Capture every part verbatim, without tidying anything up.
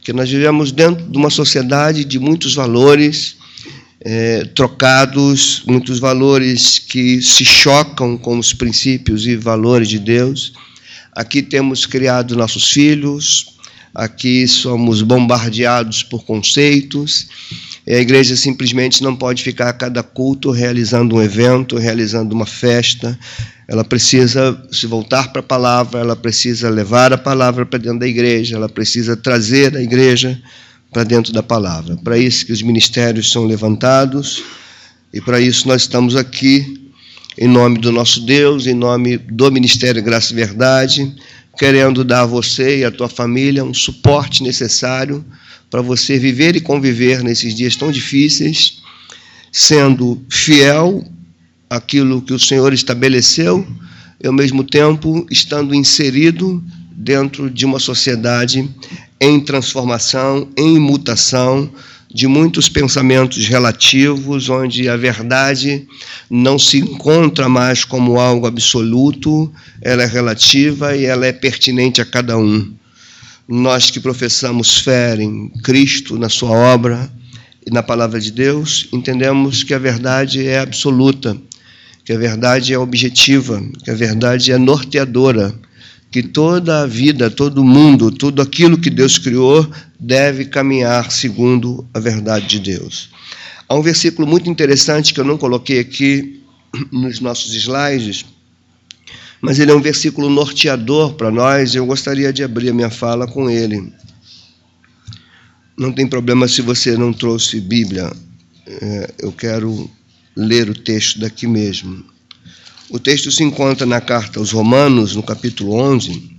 Porque nós vivemos dentro de uma sociedade de muitos valores é, trocados, muitos valores que se chocam com os princípios e valores de Deus. Aqui temos criado nossos filhos, aqui somos bombardeados por conceitos. A igreja simplesmente não pode ficar a cada culto realizando um evento, realizando uma festa. Ela precisa se voltar para a palavra, ela precisa levar a palavra para dentro da igreja, ela precisa trazer a igreja para dentro da palavra. Para isso que os ministérios são levantados, e para isso nós estamos aqui, em nome do nosso Deus, em nome do Ministério Graça e Verdade, querendo dar a você e a tua família um suporte necessário para você viver e conviver nesses dias tão difíceis, sendo fiel àquilo que o Senhor estabeleceu, e, ao mesmo tempo, estando inserido dentro de uma sociedade em transformação, em mutação, de muitos pensamentos relativos, onde a verdade não se encontra mais como algo absoluto, ela é relativa e ela é pertinente a cada um. Nós que professamos fé em Cristo, na sua obra e na palavra de Deus, entendemos que a verdade é absoluta, que a verdade é objetiva, que a verdade é norteadora, que toda a vida, todo o mundo, tudo aquilo que Deus criou deve caminhar segundo a verdade de Deus. Há um versículo muito interessante que eu não coloquei aqui nos nossos slides, mas ele é um versículo norteador para nós, e eu gostaria de abrir a minha fala com ele. Não tem problema se você não trouxe Bíblia, eu quero ler o texto daqui mesmo. O texto se encontra na carta aos Romanos, no capítulo onze,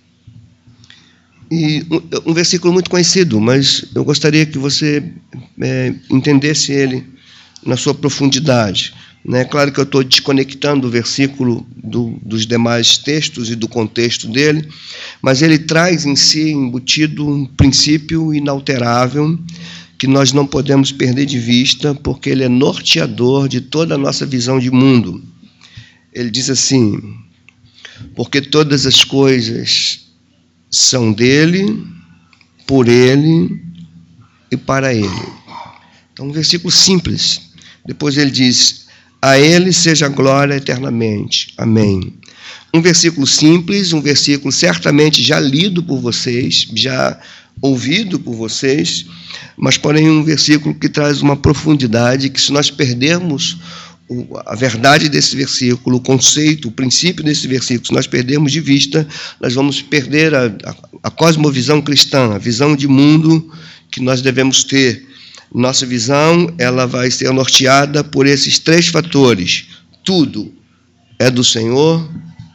e um, um versículo muito conhecido, mas eu gostaria que você é, entendesse ele na sua profundidade. É claro que eu estou desconectando o versículo do, dos demais textos e do contexto dele, mas ele traz em si embutido um princípio inalterável que nós não podemos perder de vista, porque ele é norteador de toda a nossa visão de mundo. Ele diz assim: porque todas as coisas são dele, por ele e para ele. Então, um versículo simples. Depois ele diz: a ele seja a glória eternamente. Amém. Um versículo simples, um versículo certamente já lido por vocês, já ouvido por vocês, mas, porém, um versículo que traz uma profundidade que, se nós perdermos a verdade desse versículo, o conceito, o princípio desse versículo, se nós perdermos de vista, nós vamos perder a, a, a cosmovisão cristã, a visão de mundo que nós devemos ter. Nossa visão, ela vai ser norteada por esses três fatores. Tudo é do Senhor,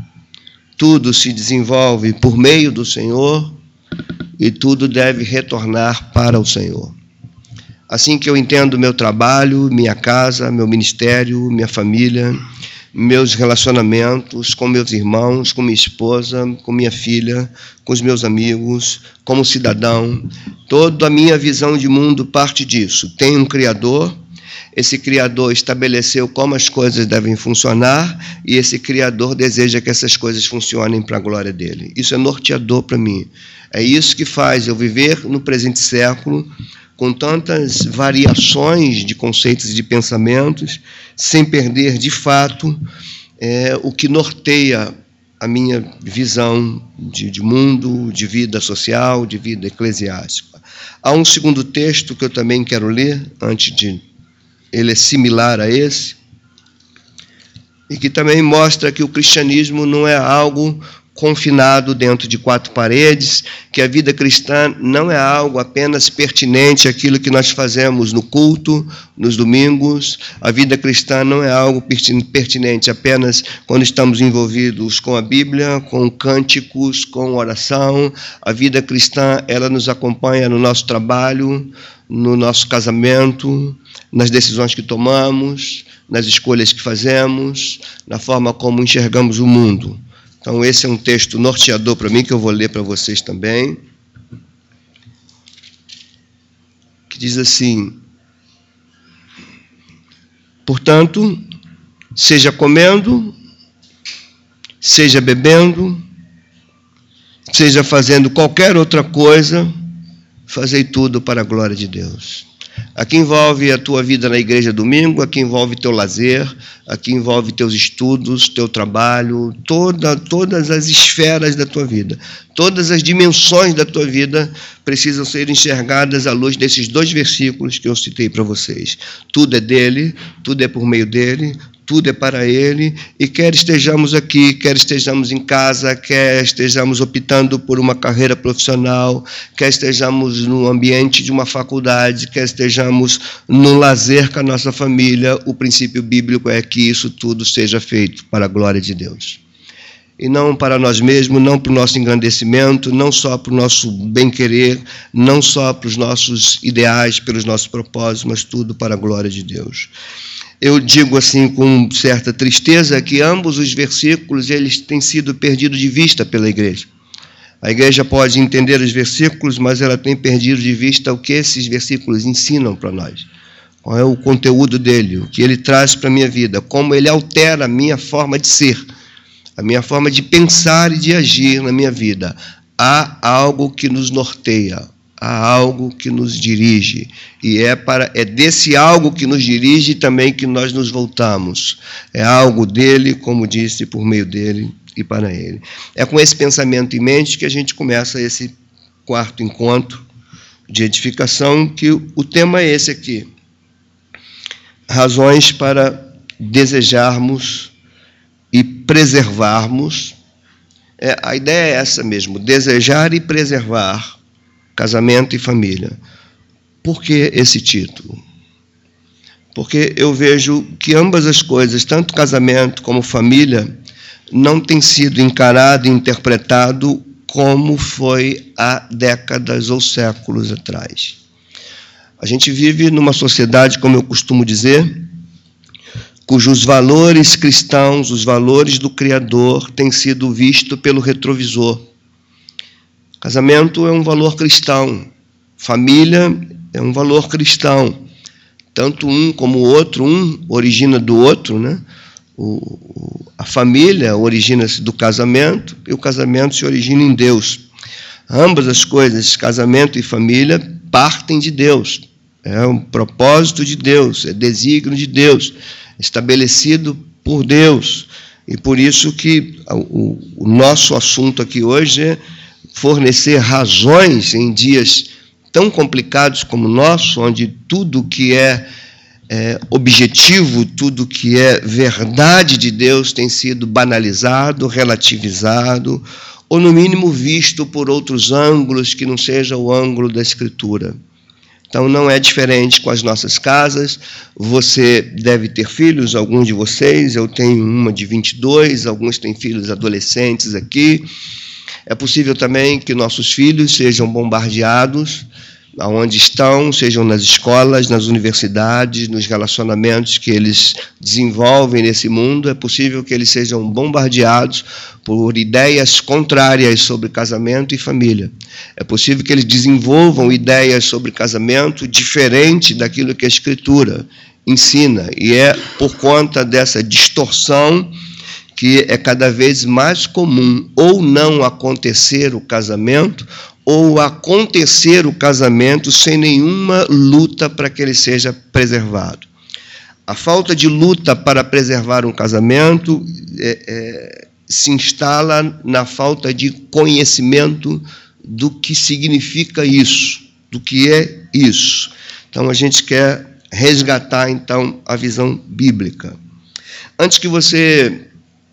tudo se desenvolve por meio do Senhor e tudo deve retornar para o Senhor. Assim que eu entendo meu trabalho, minha casa, meu ministério, minha família, meus relacionamentos com meus irmãos, com minha esposa, com minha filha, com os meus amigos, como cidadão, toda a minha visão de mundo parte disso. Tem um Criador, esse Criador estabeleceu como as coisas devem funcionar e esse Criador deseja que essas coisas funcionem para a glória dele. Isso é norteador para mim. É isso que faz eu viver no presente século com tantas variações de conceitos e de pensamentos, sem perder, de fato, é, o que norteia a minha visão de, de mundo, de vida social, de vida eclesiástica. Há um segundo texto que eu também quero ler, antes de... Ele é similar a esse, e que também mostra que o cristianismo não é algo confinado dentro de quatro paredes, que a vida cristã não é algo apenas pertinente àquilo que nós fazemos no culto, nos domingos. A vida cristã não é algo pertinente apenas quando estamos envolvidos com a Bíblia, com cânticos, com oração. A vida cristã, ela nos acompanha no nosso trabalho, no nosso casamento, nas decisões que tomamos, nas escolhas que fazemos, na forma como enxergamos o mundo. Então, esse é um texto norteador para mim, que eu vou ler para vocês também, que diz assim: portanto, seja comendo, seja bebendo, seja fazendo qualquer outra coisa, fazei tudo para a glória de Deus. Aqui envolve a tua vida na igreja domingo, aqui envolve teu lazer, aqui envolve teus estudos, teu trabalho, toda, todas as esferas da tua vida. Todas as dimensões da tua vida precisam ser enxergadas à luz desses dois versículos que eu citei para vocês. Tudo é dele, tudo é por meio dele, tudo é para Ele, e quer estejamos aqui, quer estejamos em casa, quer estejamos optando por uma carreira profissional, quer estejamos no ambiente de uma faculdade, quer estejamos no lazer com a nossa família, o princípio bíblico é que isso tudo seja feito para a glória de Deus. E não para nós mesmos, não para o nosso engrandecimento, não só para o nosso bem-querer, não só para os nossos ideais, pelos nossos propósitos, mas tudo para a glória de Deus. Eu digo assim com certa tristeza que ambos os versículos eles têm sido perdidos de vista pela igreja. A igreja pode entender os versículos, mas ela tem perdido de vista o que esses versículos ensinam para nós. Qual é o conteúdo dele, o que ele traz para a minha vida, como ele altera a minha forma de ser, a minha forma de pensar e de agir na minha vida. Há algo que nos norteia, há algo que nos dirige, e é, para, é desse algo que nos dirige também que nós nos voltamos. É algo dele, como disse, por meio dele e para ele. É com esse pensamento em mente que a gente começa esse quarto encontro de edificação, que o tema é esse aqui. Razões para desejarmos e preservarmos. É, a ideia é essa mesmo, desejar e preservar casamento e família. Por que esse título? Porque eu vejo que ambas as coisas, tanto casamento como família, não têm sido encarado e interpretado como foi há décadas ou séculos atrás. A gente vive numa sociedade, como eu costumo dizer, cujos valores cristãos, os valores do Criador, têm sido vistos pelo retrovisor. Casamento é um valor cristão, família é um valor cristão. Tanto um como o outro, um origina do outro, né? O, o, a família origina-se do casamento e o casamento se origina em Deus. Ambas as coisas, casamento e família, partem de Deus. É um propósito de Deus, é desígnio de Deus, estabelecido por Deus. E por isso que o, o nosso assunto aqui hoje é fornecer razões em dias tão complicados como o nosso, onde tudo que é, é objetivo, tudo que é verdade de Deus tem sido banalizado, relativizado, ou no mínimo visto por outros ângulos que não seja o ângulo da Escritura. Então não é diferente com as nossas casas. Você deve ter filhos, alguns de vocês, eu tenho uma de vinte e dois, alguns têm filhos adolescentes aqui. É possível também que nossos filhos sejam bombardeados aonde estão, sejam nas escolas, nas universidades, nos relacionamentos que eles desenvolvem nesse mundo. É possível que eles sejam bombardeados por ideias contrárias sobre casamento e família. É possível que eles desenvolvam ideias sobre casamento diferente daquilo que a Escritura ensina. E é por conta dessa distorção que é cada vez mais comum ou não acontecer o casamento, ou acontecer o casamento sem nenhuma luta para que ele seja preservado. A falta de luta para preservar um casamento é, é, se instala na falta de conhecimento do que significa isso, do que é isso. Então, a gente quer resgatar, então, a visão bíblica. Antes que você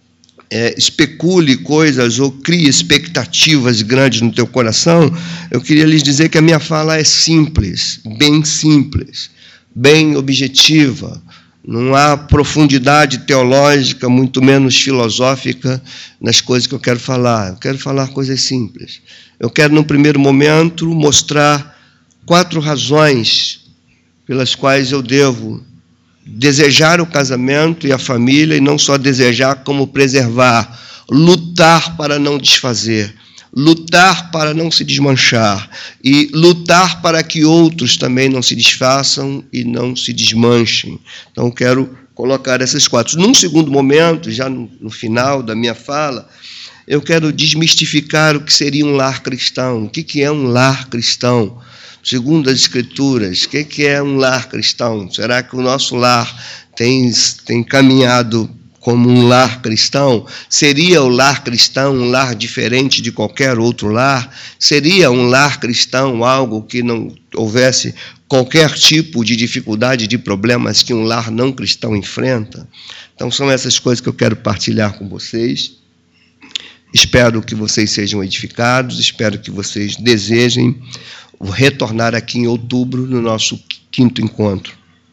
É, especule coisas ou crie expectativas grandes no teu coração, eu queria lhes dizer que a minha fala é simples, bem simples, bem objetiva. Não há profundidade teológica, muito menos filosófica, nas coisas que eu quero falar. Eu quero falar coisas simples. Eu quero, num primeiro momento, mostrar quatro razões pelas quais eu devo desejar o casamento e a família, e não só desejar, como preservar, lutar para não desfazer, lutar para não se desmanchar, e lutar para que outros também não se desfaçam e não se desmanchem. Então, quero colocar essas quatro. Num segundo momento, já no, no final da minha fala, eu quero desmistificar o que seria um lar cristão. O que, que é um lar cristão? segundo as Escrituras, o que é um lar cristão? Será que o nosso lar tem, tem caminhado como um lar cristão? Seria o lar cristão um lar diferente de qualquer outro lar? Seria um lar cristão algo que não houvesse qualquer tipo de dificuldade, de problemas que um lar não cristão enfrenta? Então, são essas coisas que eu quero partilhar com vocês. Espero que vocês sejam edificados, espero que vocês desejem retornar aqui em outubro, no nosso quinto encontro.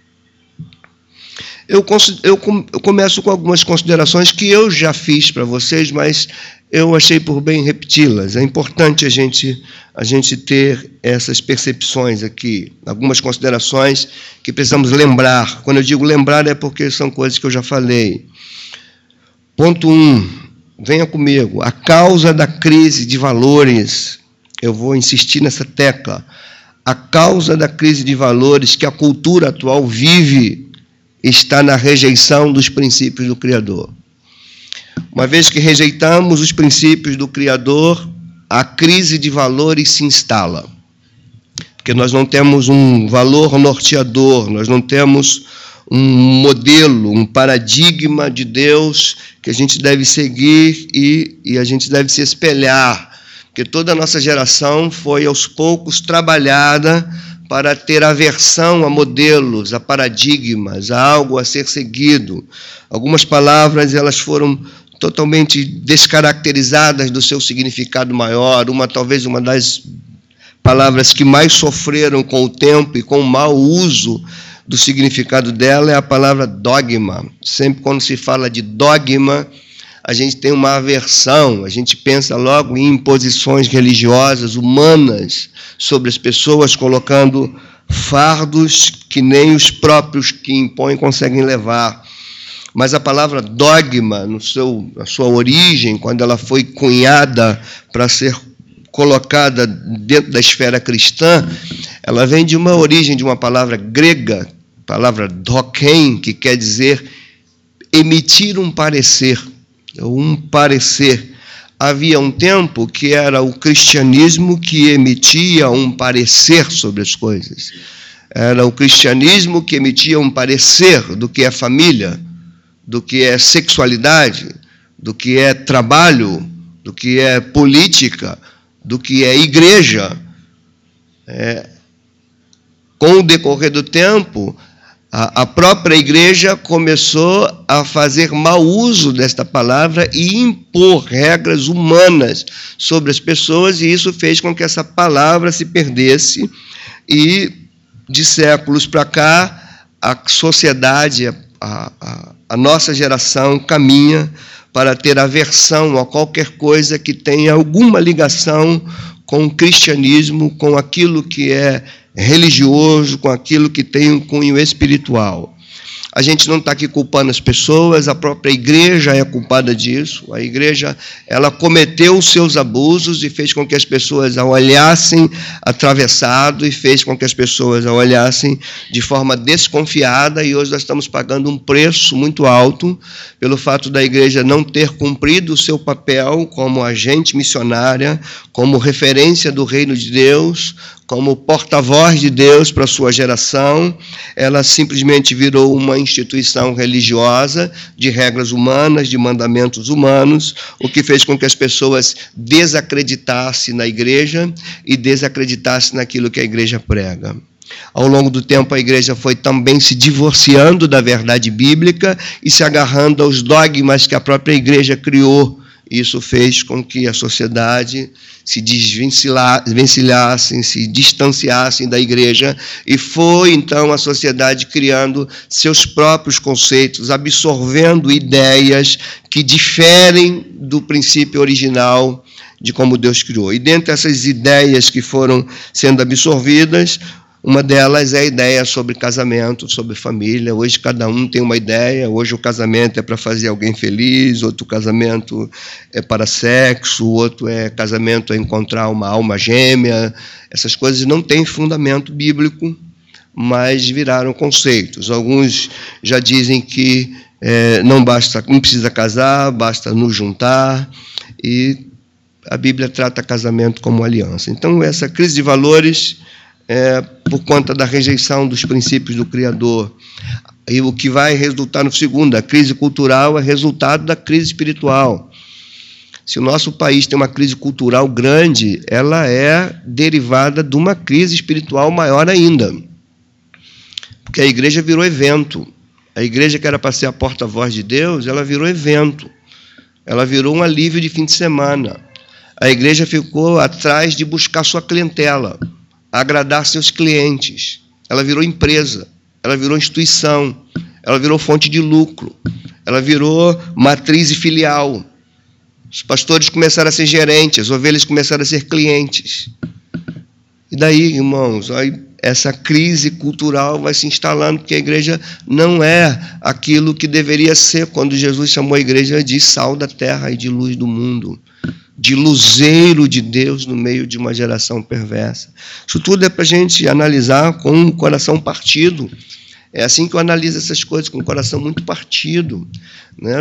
Eu, eu, eu começo com algumas considerações que eu já fiz para vocês, mas eu achei por bem repeti-las. É importante a gente, a gente ter essas percepções aqui, algumas considerações que precisamos lembrar. Quando eu digo lembrar, é porque são coisas que eu já falei. Ponto um, venha comigo. A causa da crise de valores, eu vou insistir nessa tecla. A causa da crise de valores que a cultura atual vive está na rejeição dos princípios do Criador. Uma vez que rejeitamos os princípios do Criador, a crise de valores se instala. Porque nós não temos um valor norteador, nós não temos um modelo, um paradigma de Deus que a gente deve seguir e, e a gente deve se espelhar. Porque toda a nossa geração foi, aos poucos, trabalhada para ter aversão a modelos, a paradigmas, a algo a ser seguido. Algumas palavras elas foram totalmente descaracterizadas do seu significado maior. Uma, talvez uma das palavras que mais sofreram com o tempo e com o mau uso do significado dela é a palavra dogma. Sempre quando se fala de dogma, a gente tem uma aversão, a gente pensa logo em imposições religiosas, humanas, sobre as pessoas, colocando fardos que nem os próprios que impõem conseguem levar. Mas a palavra dogma, no seu, na sua origem, quando ela foi cunhada para ser colocada dentro da esfera cristã, ela vem de uma origem de uma palavra grega, palavra dokein, que quer dizer emitir um parecer. Um parecer. Havia um tempo que era o cristianismo que emitia um parecer sobre as coisas. Era o cristianismo que emitia um parecer do que é família, do que é sexualidade, do que é trabalho, do que é política, do que é igreja. É, com o decorrer do tempo, a própria igreja começou a fazer mau uso desta palavra e impor regras humanas sobre as pessoas, e isso fez com que essa palavra se perdesse, e de séculos para cá, a sociedade, a, a, a nossa geração caminha para ter aversão a qualquer coisa que tenha alguma ligação com o cristianismo, com aquilo que é religioso, com aquilo que tem um cunho espiritual. A gente não está aqui culpando as pessoas, a própria igreja é culpada disso. A igreja, ela cometeu os seus abusos e fez com que as pessoas a olhassem atravessado e fez com que as pessoas a olhassem de forma desconfiada, e hoje nós estamos pagando um preço muito alto pelo fato da igreja não ter cumprido o seu papel como agente missionária, como referência do reino de Deus, como porta-voz de Deus para a sua geração. Ela simplesmente virou uma instituição religiosa de regras humanas, de mandamentos humanos, o que fez com que as pessoas desacreditassem na igreja e desacreditassem naquilo que a igreja prega. Ao longo do tempo, a igreja foi também se divorciando da verdade bíblica e se agarrando aos dogmas que a própria igreja criou. Isso fez com que a sociedade se desvencilhassem, se distanciassem da igreja, e foi, então, a sociedade criando seus próprios conceitos, absorvendo ideias que diferem do princípio original de como Deus criou. E dentre essas ideias que foram sendo absorvidas, uma delas é a ideia sobre casamento, sobre família. Hoje cada um tem uma ideia. Hoje o casamento é para fazer alguém feliz, outro casamento é para sexo, outro é casamento é encontrar uma alma gêmea. Essas coisas não têm fundamento bíblico, mas viraram conceitos. Alguns já dizem que é, não basta, não precisa casar, basta nos juntar, e a Bíblia trata casamento como aliança. Então, essa crise de valores é, por conta da rejeição dos princípios do Criador. E o que vai resultar no segundo, a crise cultural é resultado da crise espiritual. Se o nosso país tem uma crise cultural grande, ela é derivada de uma crise espiritual maior ainda. Porque a igreja virou evento. A igreja, que era para ser a porta-voz de Deus, ela virou evento. Ela virou um alívio de fim de semana. A igreja ficou atrás de buscar sua clientela, agradar seus clientes. Ela virou empresa, ela virou instituição, ela virou fonte de lucro, ela virou matriz e filial. Os pastores começaram a ser gerentes, as ovelhas começaram a ser clientes. E daí, irmãos, aí essa crise cultural vai se instalando, porque a igreja não é aquilo que deveria ser quando Jesus chamou a igreja de sal da terra e de luz do mundo, de luzeiro de Deus no meio de uma geração perversa. Isso tudo é para a gente analisar com um coração partido. É assim que eu analiso essas coisas, com um coração muito partido, né?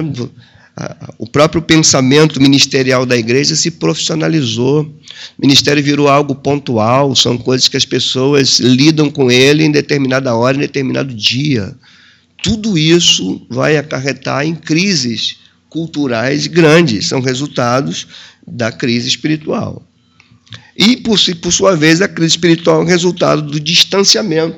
O próprio pensamento ministerial da igreja se profissionalizou. O ministério virou algo pontual, são coisas que as pessoas lidam com ele em determinada hora, em determinado dia. Tudo isso vai acarretar em crises culturais grandes, são resultados da crise espiritual. E, por, por sua vez, a crise espiritual é o resultado do distanciamento,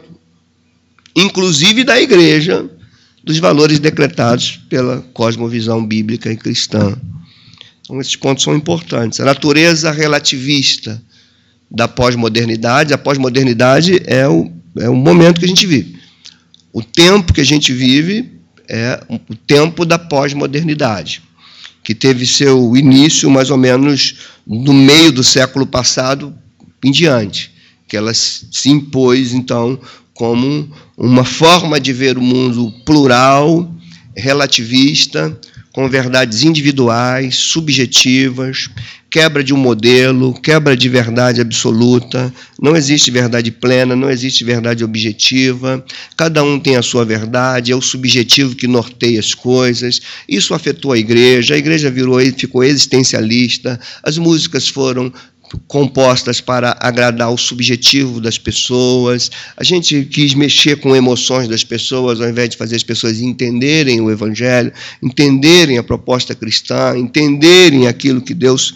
inclusive da igreja, dos valores decretados pela cosmovisão bíblica e cristã. Então, esses pontos são importantes. A natureza relativista da pós-modernidade, a pós-modernidade é o, é o momento que a gente vive. O tempo que a gente vive é o tempo da pós-modernidade, que teve seu início mais ou menos no meio do século passado em diante, que ela se impôs, então, como uma forma de ver o mundo plural, relativista, com verdades individuais, subjetivas, quebra de um modelo, quebra de verdade absoluta, não existe verdade plena, não existe verdade objetiva, cada um tem a sua verdade, é o subjetivo que norteia as coisas. Isso afetou a igreja, a igreja virou, ficou existencialista, as músicas foram compostas para agradar o subjetivo das pessoas. A gente quis mexer com emoções das pessoas, ao invés de fazer as pessoas entenderem o Evangelho, entenderem a proposta cristã, entenderem aquilo que Deus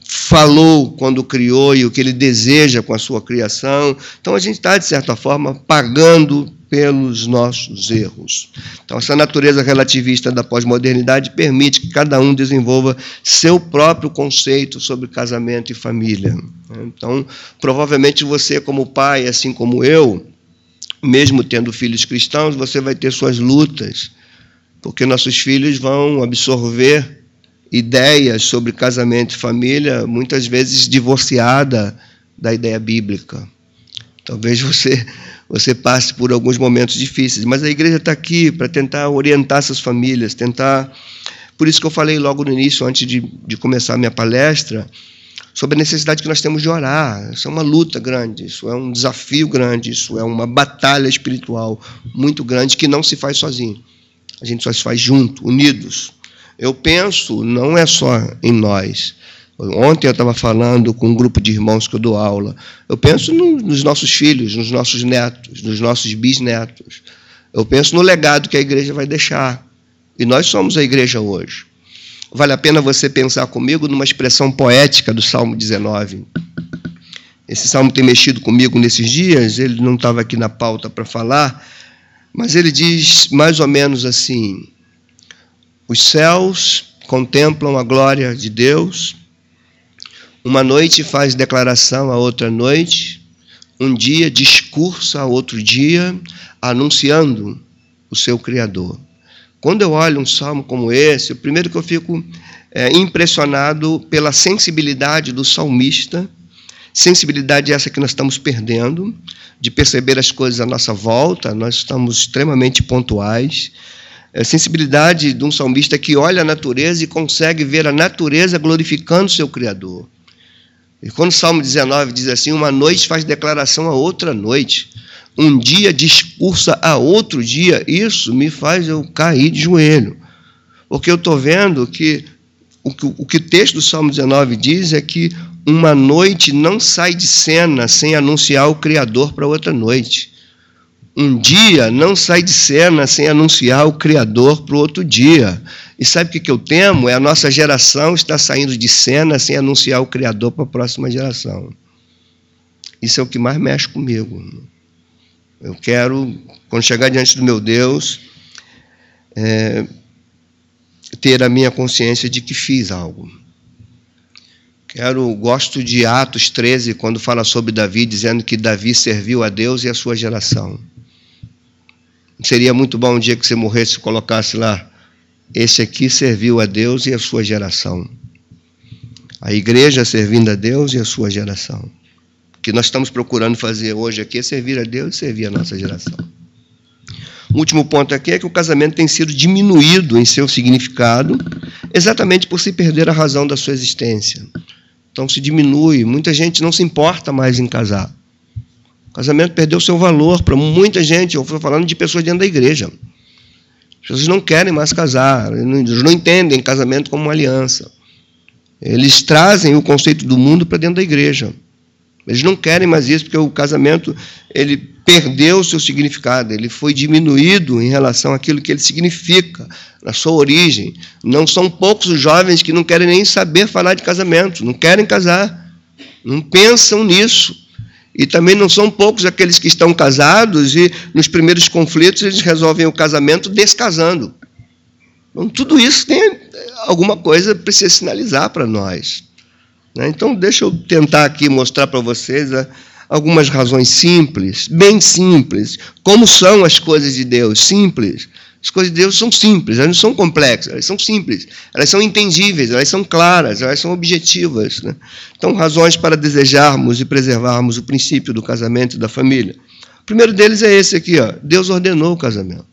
falou quando criou e o que Ele deseja com a sua criação. Então, a gente está, de certa forma, pagando pelos nossos erros. Então, essa natureza relativista da pós-modernidade permite que cada um desenvolva seu próprio conceito sobre casamento e família. Então, provavelmente você, como pai, assim como eu, mesmo tendo filhos cristãos, você vai ter suas lutas, porque nossos filhos vão absorver ideias sobre casamento e família, muitas vezes divorciada da ideia bíblica. Talvez você... você passe por alguns momentos difíceis, mas a igreja está aqui para tentar orientar essas famílias, tentar... Por isso que eu falei logo no início, antes de, de começar a minha palestra, sobre a necessidade que nós temos de orar. Isso é uma luta grande, isso é um desafio grande, isso é uma batalha espiritual muito grande que não se faz sozinho. A gente só se faz junto, unidos. Eu penso, não é só em nós. Ontem eu estava falando com um grupo de irmãos que eu dou aula. Eu penso no, nos nossos filhos, nos nossos netos, nos nossos bisnetos. Eu penso no legado que a igreja vai deixar. E nós somos a igreja hoje. Vale a pena você pensar comigo numa expressão poética do Salmo dezenove. Esse salmo tem mexido comigo nesses dias, ele não estava aqui na pauta para falar, mas ele diz mais ou menos assim: os céus contemplam a glória de Deus, uma noite faz declaração a outra noite, um dia discursa a outro dia, anunciando o seu Criador. Quando eu olho um salmo como esse, o primeiro que eu fico é, impressionado pela sensibilidade do salmista, sensibilidade essa que nós estamos perdendo, de perceber as coisas à nossa volta, nós estamos extremamente pontuais. A sensibilidade de um salmista que olha a natureza e consegue ver a natureza glorificando o seu Criador. E quando o Salmo dezenove diz assim, uma noite faz declaração a outra noite, um dia discursa a outro dia, isso me faz eu cair de joelho. Porque eu estou vendo que o, que o que o texto do Salmo dezenove diz é que uma noite não sai de cena sem anunciar o Criador para outra noite. Um dia não sai de cena sem anunciar o Criador para o outro dia. E sabe o que eu temo? É a nossa geração estar saindo de cena sem anunciar o Criador para a próxima geração. Isso é o que mais mexe comigo. Eu quero, quando chegar diante do meu Deus, é, ter a minha consciência de que fiz algo. Quero, gosto de Atos treze, quando fala sobre Davi, dizendo que Davi serviu a Deus e a sua geração. Seria muito bom um dia que você morresse e colocasse lá, esse aqui serviu a Deus e a sua geração. A igreja servindo a Deus e a sua geração. O que nós estamos procurando fazer hoje aqui é servir a Deus e servir a nossa geração. O último ponto aqui é que o casamento tem sido diminuído em seu significado, exatamente por se perder a razão da sua existência. Então se diminui, muita gente não se importa mais em casar. O casamento perdeu seu valor para muita gente. Eu estou falando de pessoas dentro da igreja. As pessoas não querem mais casar, eles não entendem casamento como uma aliança. Eles trazem o conceito do mundo para dentro da igreja. Eles não querem mais isso, porque o casamento ele perdeu o seu significado, ele foi diminuído em relação àquilo que ele significa, na sua origem. Não são poucos os jovens que não querem nem saber falar de casamento, não querem casar, não pensam nisso. E também não são poucos aqueles que estão casados e, nos primeiros conflitos, eles resolvem o casamento descasando. Então, tudo isso tem alguma coisa que precisa sinalizar para nós. Então, deixa eu tentar aqui mostrar para vocês algumas razões simples, bem simples. Como são as coisas de Deus? Simples. As coisas de Deus são simples, elas não são complexas, elas são simples, elas são entendíveis, elas são claras, elas são objetivas. Né? Então, razões para desejarmos e preservarmos o princípio do casamento e da família. O primeiro deles é esse aqui, ó. Deus ordenou o casamento.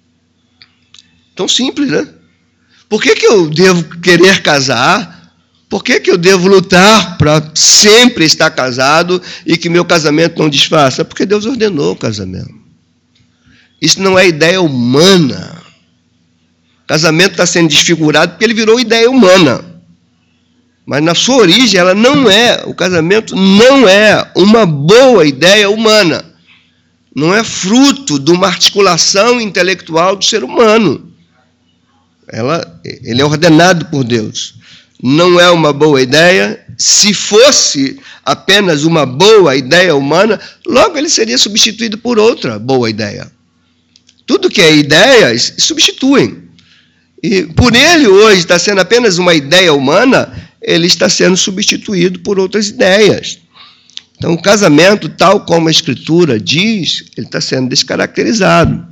Tão simples, né? Por que que eu devo querer casar? Por que que eu devo lutar para sempre estar casado e que meu casamento não desfaça? Porque Deus ordenou o casamento. Isso não é ideia humana. O casamento está sendo desfigurado porque ele virou ideia humana. Mas, na sua origem, ela não é, o casamento não é uma boa ideia humana. Não é fruto de uma articulação intelectual do ser humano. Ela, ele é ordenado por Deus. Não é uma boa ideia. Se fosse apenas uma boa ideia humana, logo ele seria substituído por outra boa ideia. Tudo que é ideias, substituem. E por ele hoje está sendo apenas uma ideia humana, ele está sendo substituído por outras ideias. Então, o casamento, tal como a Escritura diz, ele está sendo descaracterizado.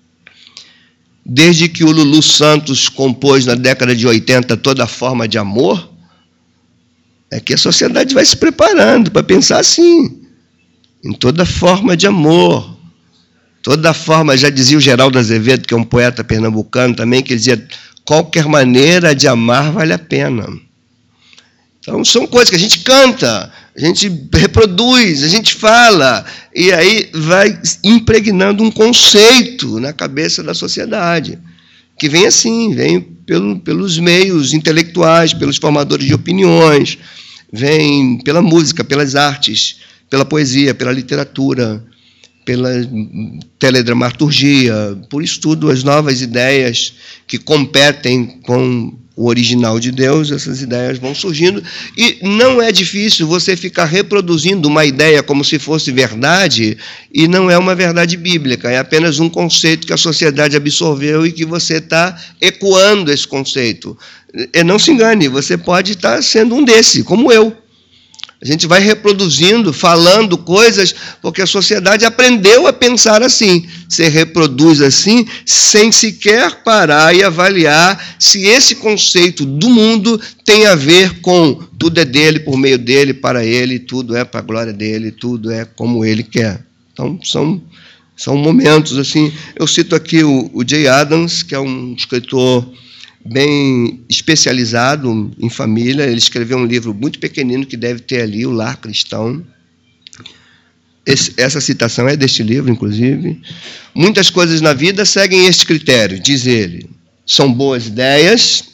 Desde que o Lulu Santos compôs na década de oitenta toda a forma de amor, é que a sociedade vai se preparando para pensar assim, em toda forma de amor. Toda forma, já dizia o Geraldo Azevedo, que é um poeta pernambucano também, que dizia, qualquer maneira de amar vale a pena. Então, são coisas que a gente canta, a gente reproduz, a gente fala, e aí vai impregnando um conceito na cabeça da sociedade, que vem assim, vem pelo, pelos meios intelectuais, pelos formadores de opiniões, vem pela música, pelas artes, pela poesia, pela literatura, pela teledramaturgia, por isso tudo, as novas ideias que competem com o original de Deus, essas ideias vão surgindo, e não é difícil você ficar reproduzindo uma ideia como se fosse verdade, e não é uma verdade bíblica, é apenas um conceito que a sociedade absorveu e que você está ecoando esse conceito. E não se engane, você pode estar sendo um desse, como eu. A gente vai reproduzindo, falando coisas, porque a sociedade aprendeu a pensar assim. Você reproduz assim, sem sequer parar e avaliar se esse conceito do mundo tem a ver com tudo é dele, por meio dele, para ele, tudo é para a glória dele, tudo é como ele quer. Então, são, são momentos assim. Eu cito aqui o, o Jay Adams, que é um escritor bem especializado em família. Ele escreveu um livro muito pequenino que deve ter ali, O Lar Cristão. Esse, essa citação é deste livro, inclusive. Muitas coisas na vida seguem este critério, diz ele. São boas ideias,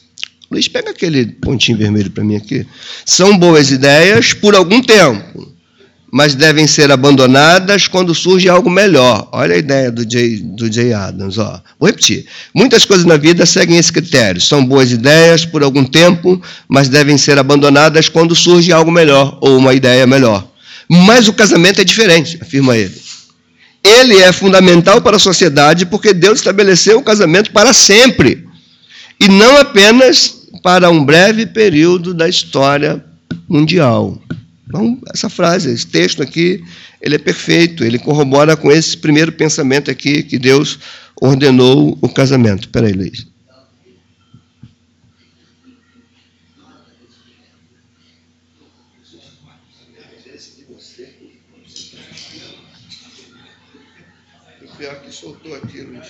Luiz, pega aquele pontinho vermelho para mim aqui. São boas ideias por algum tempo, mas devem ser abandonadas quando surge algo melhor. Olha a ideia do Jay, do Jay Adams. Ó. Vou repetir. Muitas coisas na vida seguem esse critério. São boas ideias por algum tempo, mas devem ser abandonadas quando surge algo melhor, ou uma ideia melhor. Mas o casamento é diferente, afirma ele. Ele é fundamental para a sociedade porque Deus estabeleceu o casamento para sempre, e não apenas para um breve período da história mundial. Então, essa frase, esse texto aqui, ele é perfeito, ele corrobora com esse primeiro pensamento aqui, que Deus ordenou o casamento. Espera aí, Luiz. O pior que soltou aqui, Luiz.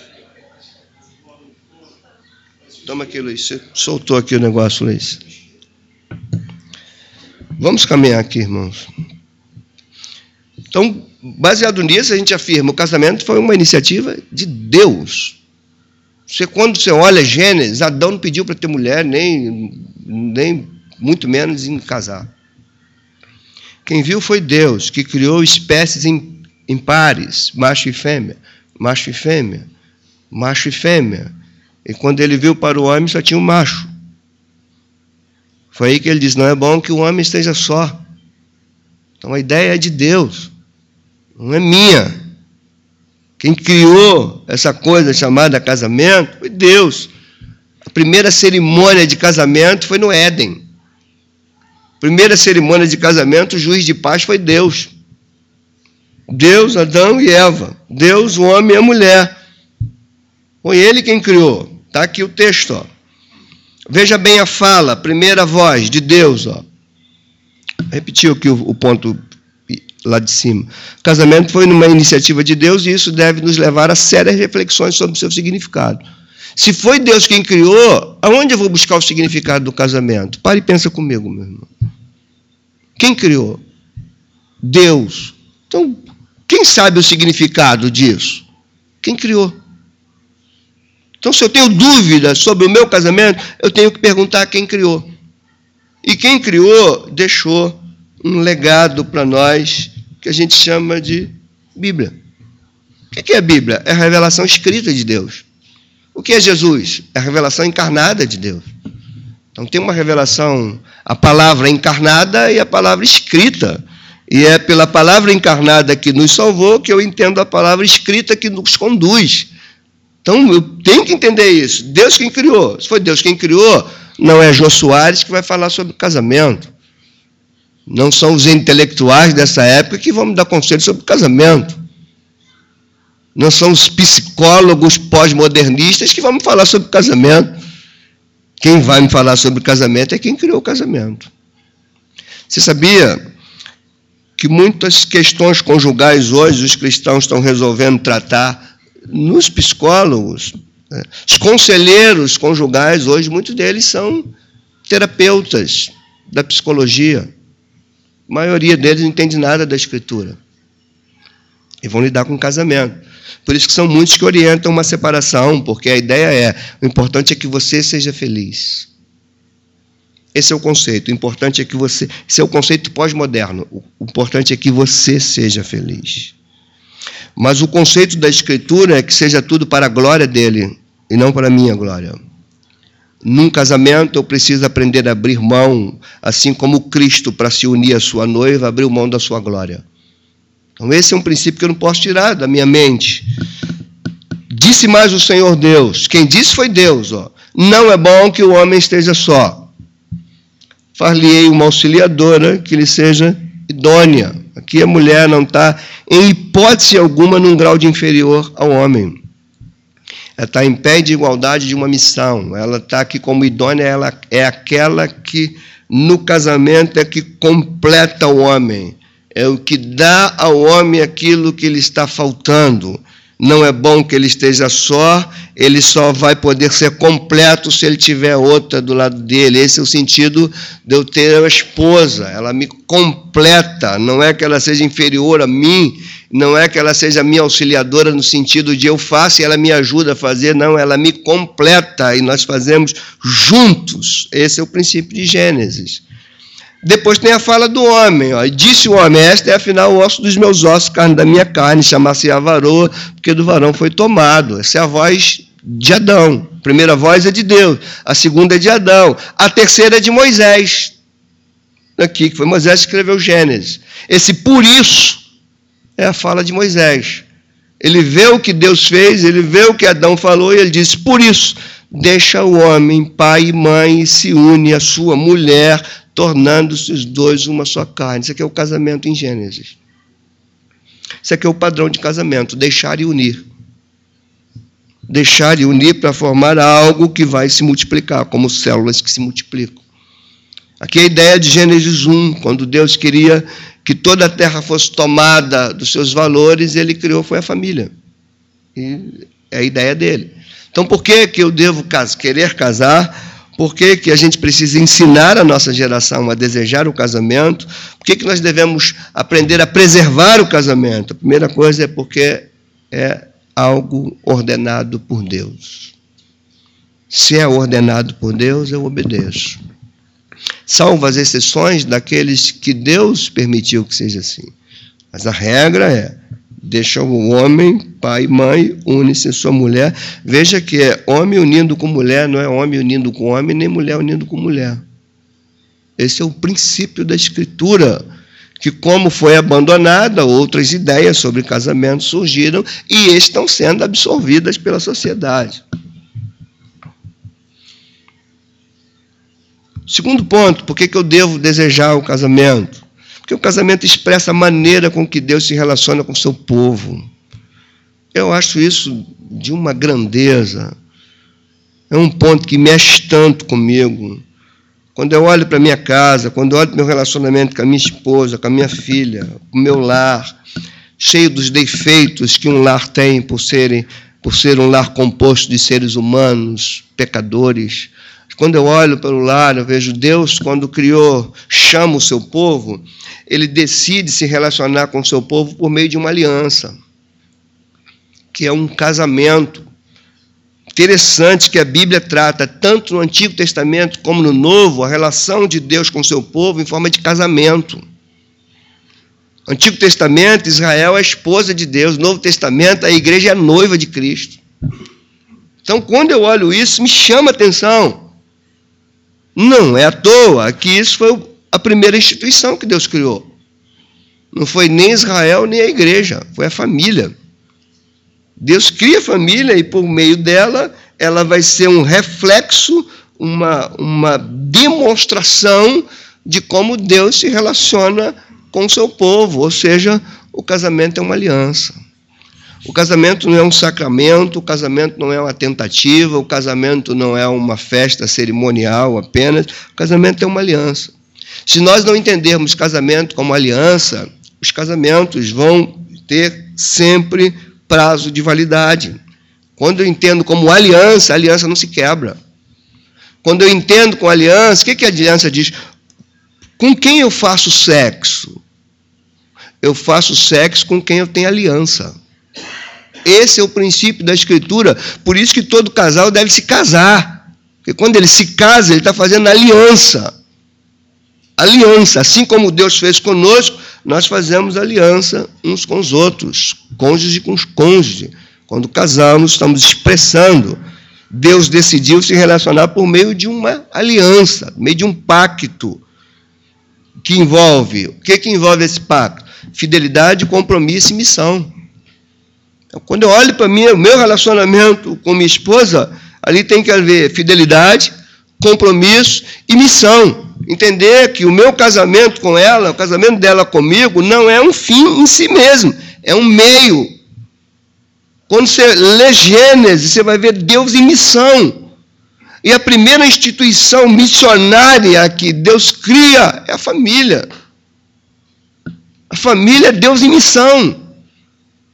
Toma aqui, Luiz. Você soltou aqui o negócio, Luiz. Vamos caminhar aqui, irmãos. Então, baseado nisso, a gente afirma, o casamento foi uma iniciativa de Deus. Você, quando você olha Gênesis, Adão não pediu para ter mulher, nem, nem muito menos em casar. Quem viu foi Deus, que criou espécies em, em pares, macho e fêmea, macho e fêmea, macho e fêmea. E quando ele viu para o homem, só tinha um macho. Foi aí que ele diz, não é bom que o homem esteja só. Então a ideia é de Deus, não é minha. Quem criou essa coisa chamada casamento foi Deus. A primeira cerimônia de casamento foi no Éden. A primeira cerimônia de casamento, o juiz de paz foi Deus. Deus, Adão e Eva. Deus, o homem e a mulher. Foi ele quem criou. Está aqui o texto, ó. Veja bem a fala, primeira voz de Deus. Ó. Repetiu aqui o, o ponto lá de cima. O casamento foi numa iniciativa de Deus e isso deve nos levar a sérias reflexões sobre o seu significado. Se foi Deus quem criou, aonde eu vou buscar o significado do casamento? Pare e pensa comigo, meu irmão. Quem criou? Deus. Então, quem sabe o significado disso? Quem criou? Então, se eu tenho dúvida sobre o meu casamento, eu tenho que perguntar quem criou. E quem criou deixou um legado para nós que a gente chama de Bíblia. O que é a Bíblia? É a revelação escrita de Deus. O que é Jesus? É a revelação encarnada de Deus. Então, tem uma revelação, a palavra encarnada e a palavra escrita. E é pela palavra encarnada que nos salvou que eu entendo a palavra escrita que nos conduz. Então, eu tenho que entender isso. Deus quem criou. Se foi Deus quem criou, não é Jô Soares que vai falar sobre casamento. Não são os intelectuais dessa época que vão me dar conselho sobre casamento. Não são os psicólogos pós-modernistas que vão me falar sobre casamento. Quem vai me falar sobre casamento é quem criou o casamento. Você sabia que muitas questões conjugais hoje os cristãos estão resolvendo tratar nos psicólogos? Os conselheiros conjugais hoje, muitos deles são terapeutas da psicologia. A maioria deles não entende nada da Escritura. E vão lidar com o casamento. Por isso que são muitos que orientam uma separação, porque a ideia é, o importante é que você seja feliz. Esse é o conceito. O importante é que você... Esse é o conceito pós-moderno. O importante é que você seja feliz. Mas o conceito da Escritura é que seja tudo para a glória dele e não para a minha glória. Num casamento, eu preciso aprender a abrir mão, assim como Cristo, para se unir à sua noiva, abriu mão da sua glória. Então, esse é um princípio que eu não posso tirar da minha mente. Disse mais o Senhor Deus. Quem disse foi Deus. Ó. Não é bom que o homem esteja só. Far-lhe-ei uma auxiliadora que lhe seja idônea. Aqui a mulher não está, em hipótese alguma, num grau de inferior ao homem. Ela está em pé de igualdade de uma missão. Ela está aqui como idônea, ela é aquela que, no casamento, é que completa o homem. É o que dá ao homem aquilo que lhe está faltando. não é bom que ele esteja só, ele só vai poder ser completo se ele tiver outra do lado dele. Esse é o sentido de eu ter uma esposa, ela me completa, não é que ela seja inferior a mim, não é que ela seja minha auxiliadora no sentido de eu faço e ela me ajuda a fazer, não, ela me completa e nós fazemos juntos. Esse é o princípio de Gênesis. Depois tem a fala do homem, ó. Disse o homem, esta é afinal o osso dos meus ossos, carne da minha carne, chamar-se a varoa, porque do varão foi tomado. Essa é a voz de Adão. A primeira voz é de Deus, a segunda é de Adão, a terceira é de Moisés. Aqui, que foi Moisés que escreveu Gênesis. Esse por isso é a fala de Moisés. Ele vê o que Deus fez, ele vê o que Adão falou, e ele diz, por isso, deixa o homem, pai e mãe, e se une à sua mulher, tornando-se os dois uma só carne. Isso aqui é o casamento em Gênesis. Isso aqui é o padrão de casamento, deixar e unir. Deixar e unir para formar algo que vai se multiplicar, como células que se multiplicam. Aqui é a ideia de Gênesis um, quando Deus queria que toda a terra fosse tomada dos seus valores, ele criou, foi a família. E é a ideia dele. Então, por que, que eu devo querer casar? Por que, que a gente precisa ensinar a nossa geração a desejar o casamento? Por que, que nós devemos aprender a preservar o casamento? A primeira coisa é porque é algo ordenado por Deus. Se é ordenado por Deus, eu obedeço. Salvo as exceções daqueles que Deus permitiu que seja assim. Mas a regra é, deixa o homem, pai e mãe, une-se a sua mulher. Veja que é homem unindo com mulher, não é homem unindo com homem, nem mulher unindo com mulher. Esse é o princípio da Escritura, que como foi abandonada, outras ideias sobre casamento surgiram e estão sendo absorvidas pela sociedade. Segundo ponto, por que que eu devo desejar o casamento? Porque o casamento expressa a maneira com que Deus se relaciona com o seu povo. Eu acho isso de uma grandeza. É um ponto que mexe tanto comigo. Quando eu olho para a minha casa, quando eu olho para o meu relacionamento com a minha esposa, com a minha filha, com o meu lar, cheio dos defeitos que um lar tem por, serem, por ser um lar composto de seres humanos, pecadores. Quando eu olho para o lar, eu vejo Deus, quando criou, chama o seu povo, ele decide se relacionar com o seu povo por meio de uma aliança, que é um casamento. Interessante que a Bíblia trata, tanto no Antigo Testamento como no Novo, a relação de Deus com o seu povo em forma de casamento. No Antigo Testamento, Israel é a esposa de Deus. No Novo Testamento, a igreja é a noiva de Cristo. Então, quando eu olho isso, me chama a atenção. Não é à toa que isso foi a primeira instituição que Deus criou. Não foi nem Israel, nem a igreja, foi a família. Deus cria a família e, por meio dela, ela vai ser um reflexo, uma, uma demonstração de como Deus se relaciona com o seu povo. Ou seja, o casamento é uma aliança. O casamento não é um sacramento, o casamento não é uma tentativa, o casamento não é uma festa cerimonial apenas, o casamento é uma aliança. Se nós não entendermos casamento como aliança, os casamentos vão ter sempre prazo de validade. Quando eu entendo como aliança, a aliança não se quebra. Quando eu entendo com aliança, o que, que a aliança diz? Com quem eu faço sexo? Eu faço sexo com quem eu tenho aliança. Esse é o princípio da Escritura, por isso que todo casal deve se casar. Porque quando ele se casa, ele está fazendo aliança. Aliança, assim como Deus fez conosco, nós fazemos aliança uns com os outros, cônjuge com os cônjuges. Quando casamos, estamos expressando. Deus decidiu se relacionar por meio de uma aliança, por meio de um pacto, que envolve, o que, que envolve esse pacto? Fidelidade, compromisso e missão. Então, quando eu olho para mim, o meu relacionamento com minha esposa, ali tem que haver fidelidade, compromisso e missão. Entender que o meu casamento com ela, o casamento dela comigo, não é um fim em si mesmo, é um meio. Quando você lê Gênesis, você vai ver Deus em missão. E a primeira instituição missionária que Deus cria é a família. A família é Deus em missão.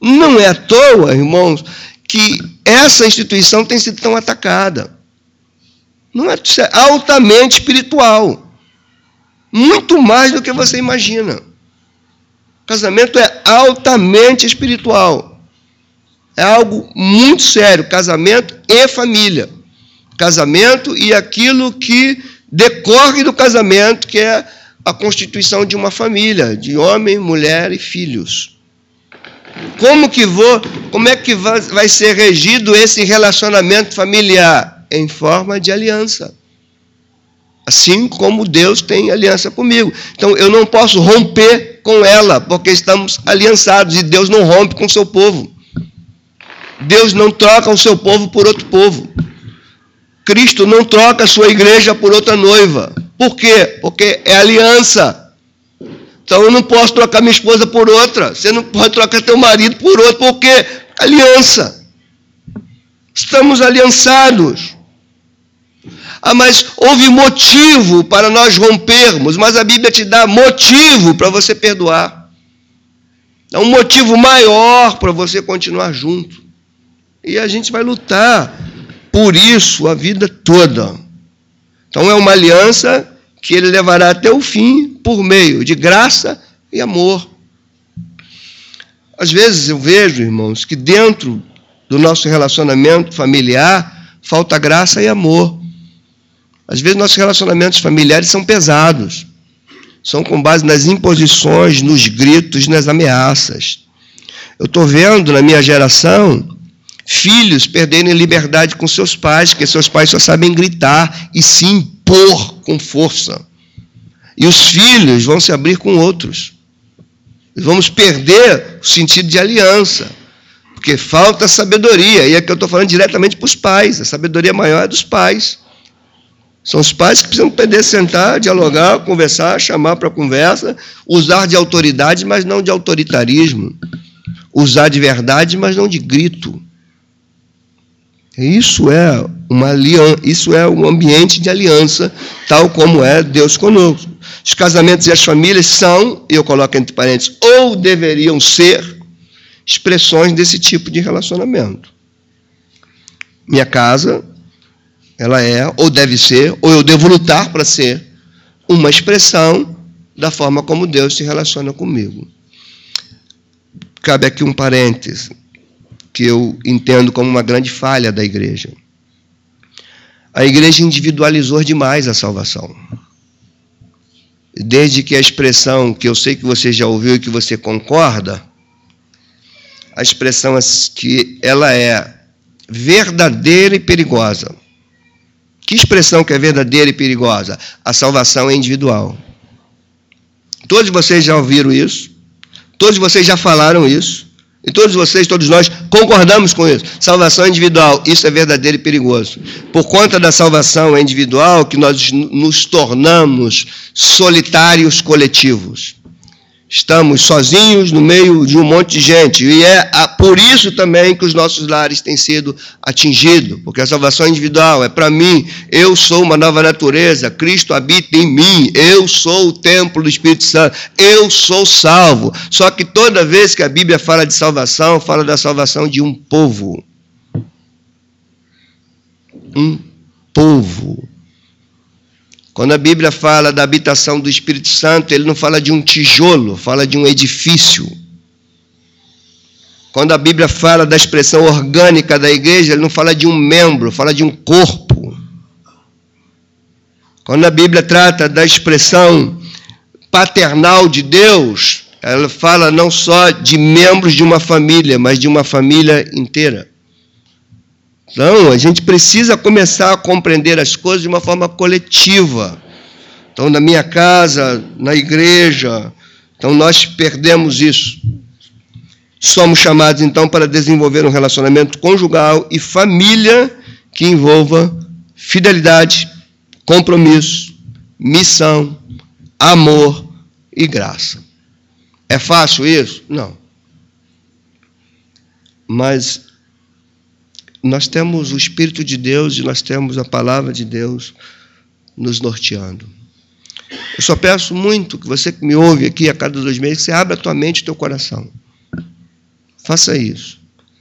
Não é à toa, irmãos, que essa instituição tem sido tão atacada. Não é, é altamente espiritual. Muito mais do que você imagina. Casamento é altamente espiritual. É algo muito sério. Casamento e família. Casamento e aquilo que decorre do casamento, que é a constituição de uma família, de homem, mulher e filhos. Como que vou, como é que vai, vai ser regido esse relacionamento familiar? Em forma de aliança. Assim como Deus tem aliança comigo. Então, eu não posso romper com ela, porque estamos aliançados, e Deus não rompe com o seu povo. Deus não troca o seu povo por outro povo. Cristo não troca a sua igreja por outra noiva. Por quê? Porque é aliança. Então, eu não posso trocar minha esposa por outra. Você não pode trocar teu marido por outro. Por quê? Aliança. Estamos aliançados. Ah, mas houve motivo para nós rompermos, mas a Bíblia te dá motivo para você perdoar. É um motivo maior para você continuar junto. E a gente vai lutar por isso a vida toda. Então é uma aliança que ele levará até o fim por meio de graça e amor. Às vezes eu vejo, irmãos, que dentro do nosso relacionamento familiar falta graça e amor. Às vezes nossos relacionamentos familiares são pesados. São com base nas imposições, nos gritos, nas ameaças. Eu estou vendo na minha geração filhos perderem liberdade com seus pais, porque seus pais só sabem gritar e se impor com força. E os filhos vão se abrir com outros. Vamos perder o sentido de aliança, porque falta sabedoria. E aqui eu estou falando diretamente para os pais. A sabedoria maior é dos pais. São os pais que precisam poder sentar, dialogar, conversar, chamar para conversa, usar de autoridade, mas não de autoritarismo. Usar de verdade, mas não de grito. Isso é uma aliança, isso é um ambiente de aliança, tal como é Deus conosco. Os casamentos e as famílias são, eu coloco entre parênteses, ou deveriam ser expressões desse tipo de relacionamento. Minha casa, ela é, ou deve ser, ou eu devo lutar para ser, uma expressão da forma como Deus se relaciona comigo. Cabe aqui um parêntese, que eu entendo como uma grande falha da igreja. A igreja individualizou demais a salvação. Desde que a expressão, que eu sei que você já ouviu e que você concorda, a expressão que ela é verdadeira e perigosa. Que expressão que é verdadeira e perigosa? A salvação é individual. Todos vocês já ouviram isso, todos vocês já falaram isso, e todos vocês, todos nós, concordamos com isso. Salvação individual, isso é verdadeiro e perigoso. Por conta da salvação individual, que nós nos tornamos solitários coletivos. Estamos sozinhos no meio de um monte de gente. E é por isso também que os nossos lares têm sido atingidos. Porque a salvação individual é para mim. Eu sou uma nova natureza. Cristo habita em mim. Eu sou o templo do Espírito Santo. Eu sou salvo. Só que toda vez que a Bíblia fala de salvação, fala da salvação de um povo. Um povo. Quando a Bíblia fala da habitação do Espírito Santo, ele não fala de um tijolo, fala de um edifício. Quando a Bíblia fala da expressão orgânica da igreja, ele não fala de um membro, fala de um corpo. Quando a Bíblia trata da expressão paternal de Deus, ela fala não só de membros de uma família, mas de uma família inteira. Então, a gente precisa começar a compreender as coisas de uma forma coletiva. Então, na minha casa, na igreja, então nós perdemos isso. Somos chamados, então, para desenvolver um relacionamento conjugal e família que envolva fidelidade, compromisso, missão, amor e graça. É fácil isso? Não. Mas nós temos o Espírito de Deus e nós temos a Palavra de Deus nos norteando. Eu só peço muito que você que me ouve aqui a cada dois meses, que você abra a tua mente e o teu coração. Faça isso.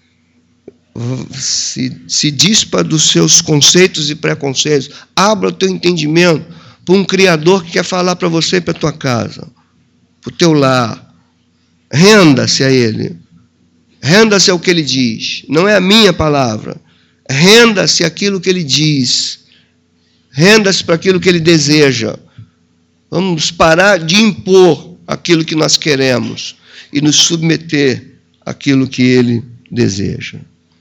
Se, se dispa dos seus conceitos e preconceitos. Abra o teu entendimento para um Criador que quer falar para você e para a tua casa, para o teu lar. Renda-se a Ele. Renda-se ao que Ele diz. Não é a minha palavra. Renda-se àquilo que Ele diz. Renda-se para aquilo que Ele deseja. Vamos parar de impor aquilo que nós queremos e nos submeter àquilo que Ele deseja.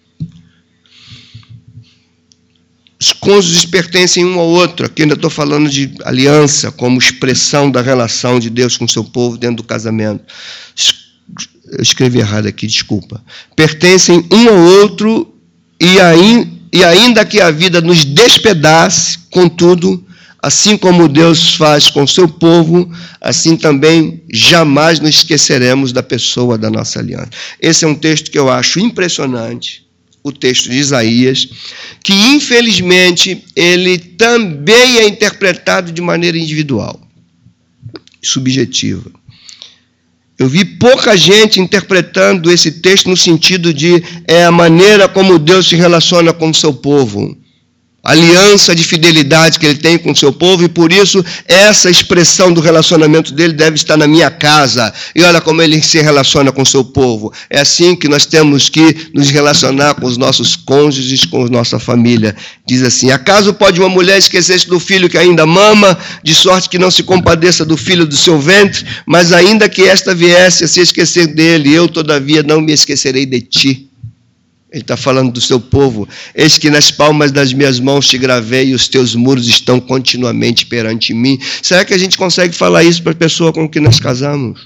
Os cônjuges pertencem um ao outro. Aqui ainda estou falando de aliança como expressão da relação de Deus com o seu povo dentro do casamento. Eu escrevi errado aqui, desculpa. Pertencem um ao outro e, aí, e ainda que a vida nos despedace, contudo, assim como Deus faz com o seu povo, assim também jamais nos esqueceremos da pessoa da nossa aliança. Esse é um texto que eu acho impressionante. O texto de Isaías, que infelizmente ele também é interpretado de maneira individual, subjetiva. Eu vi pouca gente interpretando esse texto no sentido de é a maneira como Deus se relaciona com o seu povo, a aliança de fidelidade que Ele tem com o seu povo, e por isso essa expressão do relacionamento dele deve estar na minha casa. E olha como Ele se relaciona com o seu povo. É assim que nós temos que nos relacionar com os nossos cônjuges, com a nossa família. Diz assim: acaso pode uma mulher esquecer-se do filho que ainda mama, de sorte que não se compadeça do filho do seu ventre? Mas ainda que esta viesse a se esquecer dele, eu todavia não me esquecerei de ti. Ele está falando do seu povo. Eis que nas palmas das minhas mãos te gravei e os teus muros estão continuamente perante mim. Será que a gente consegue falar isso para a pessoa com quem nós casamos?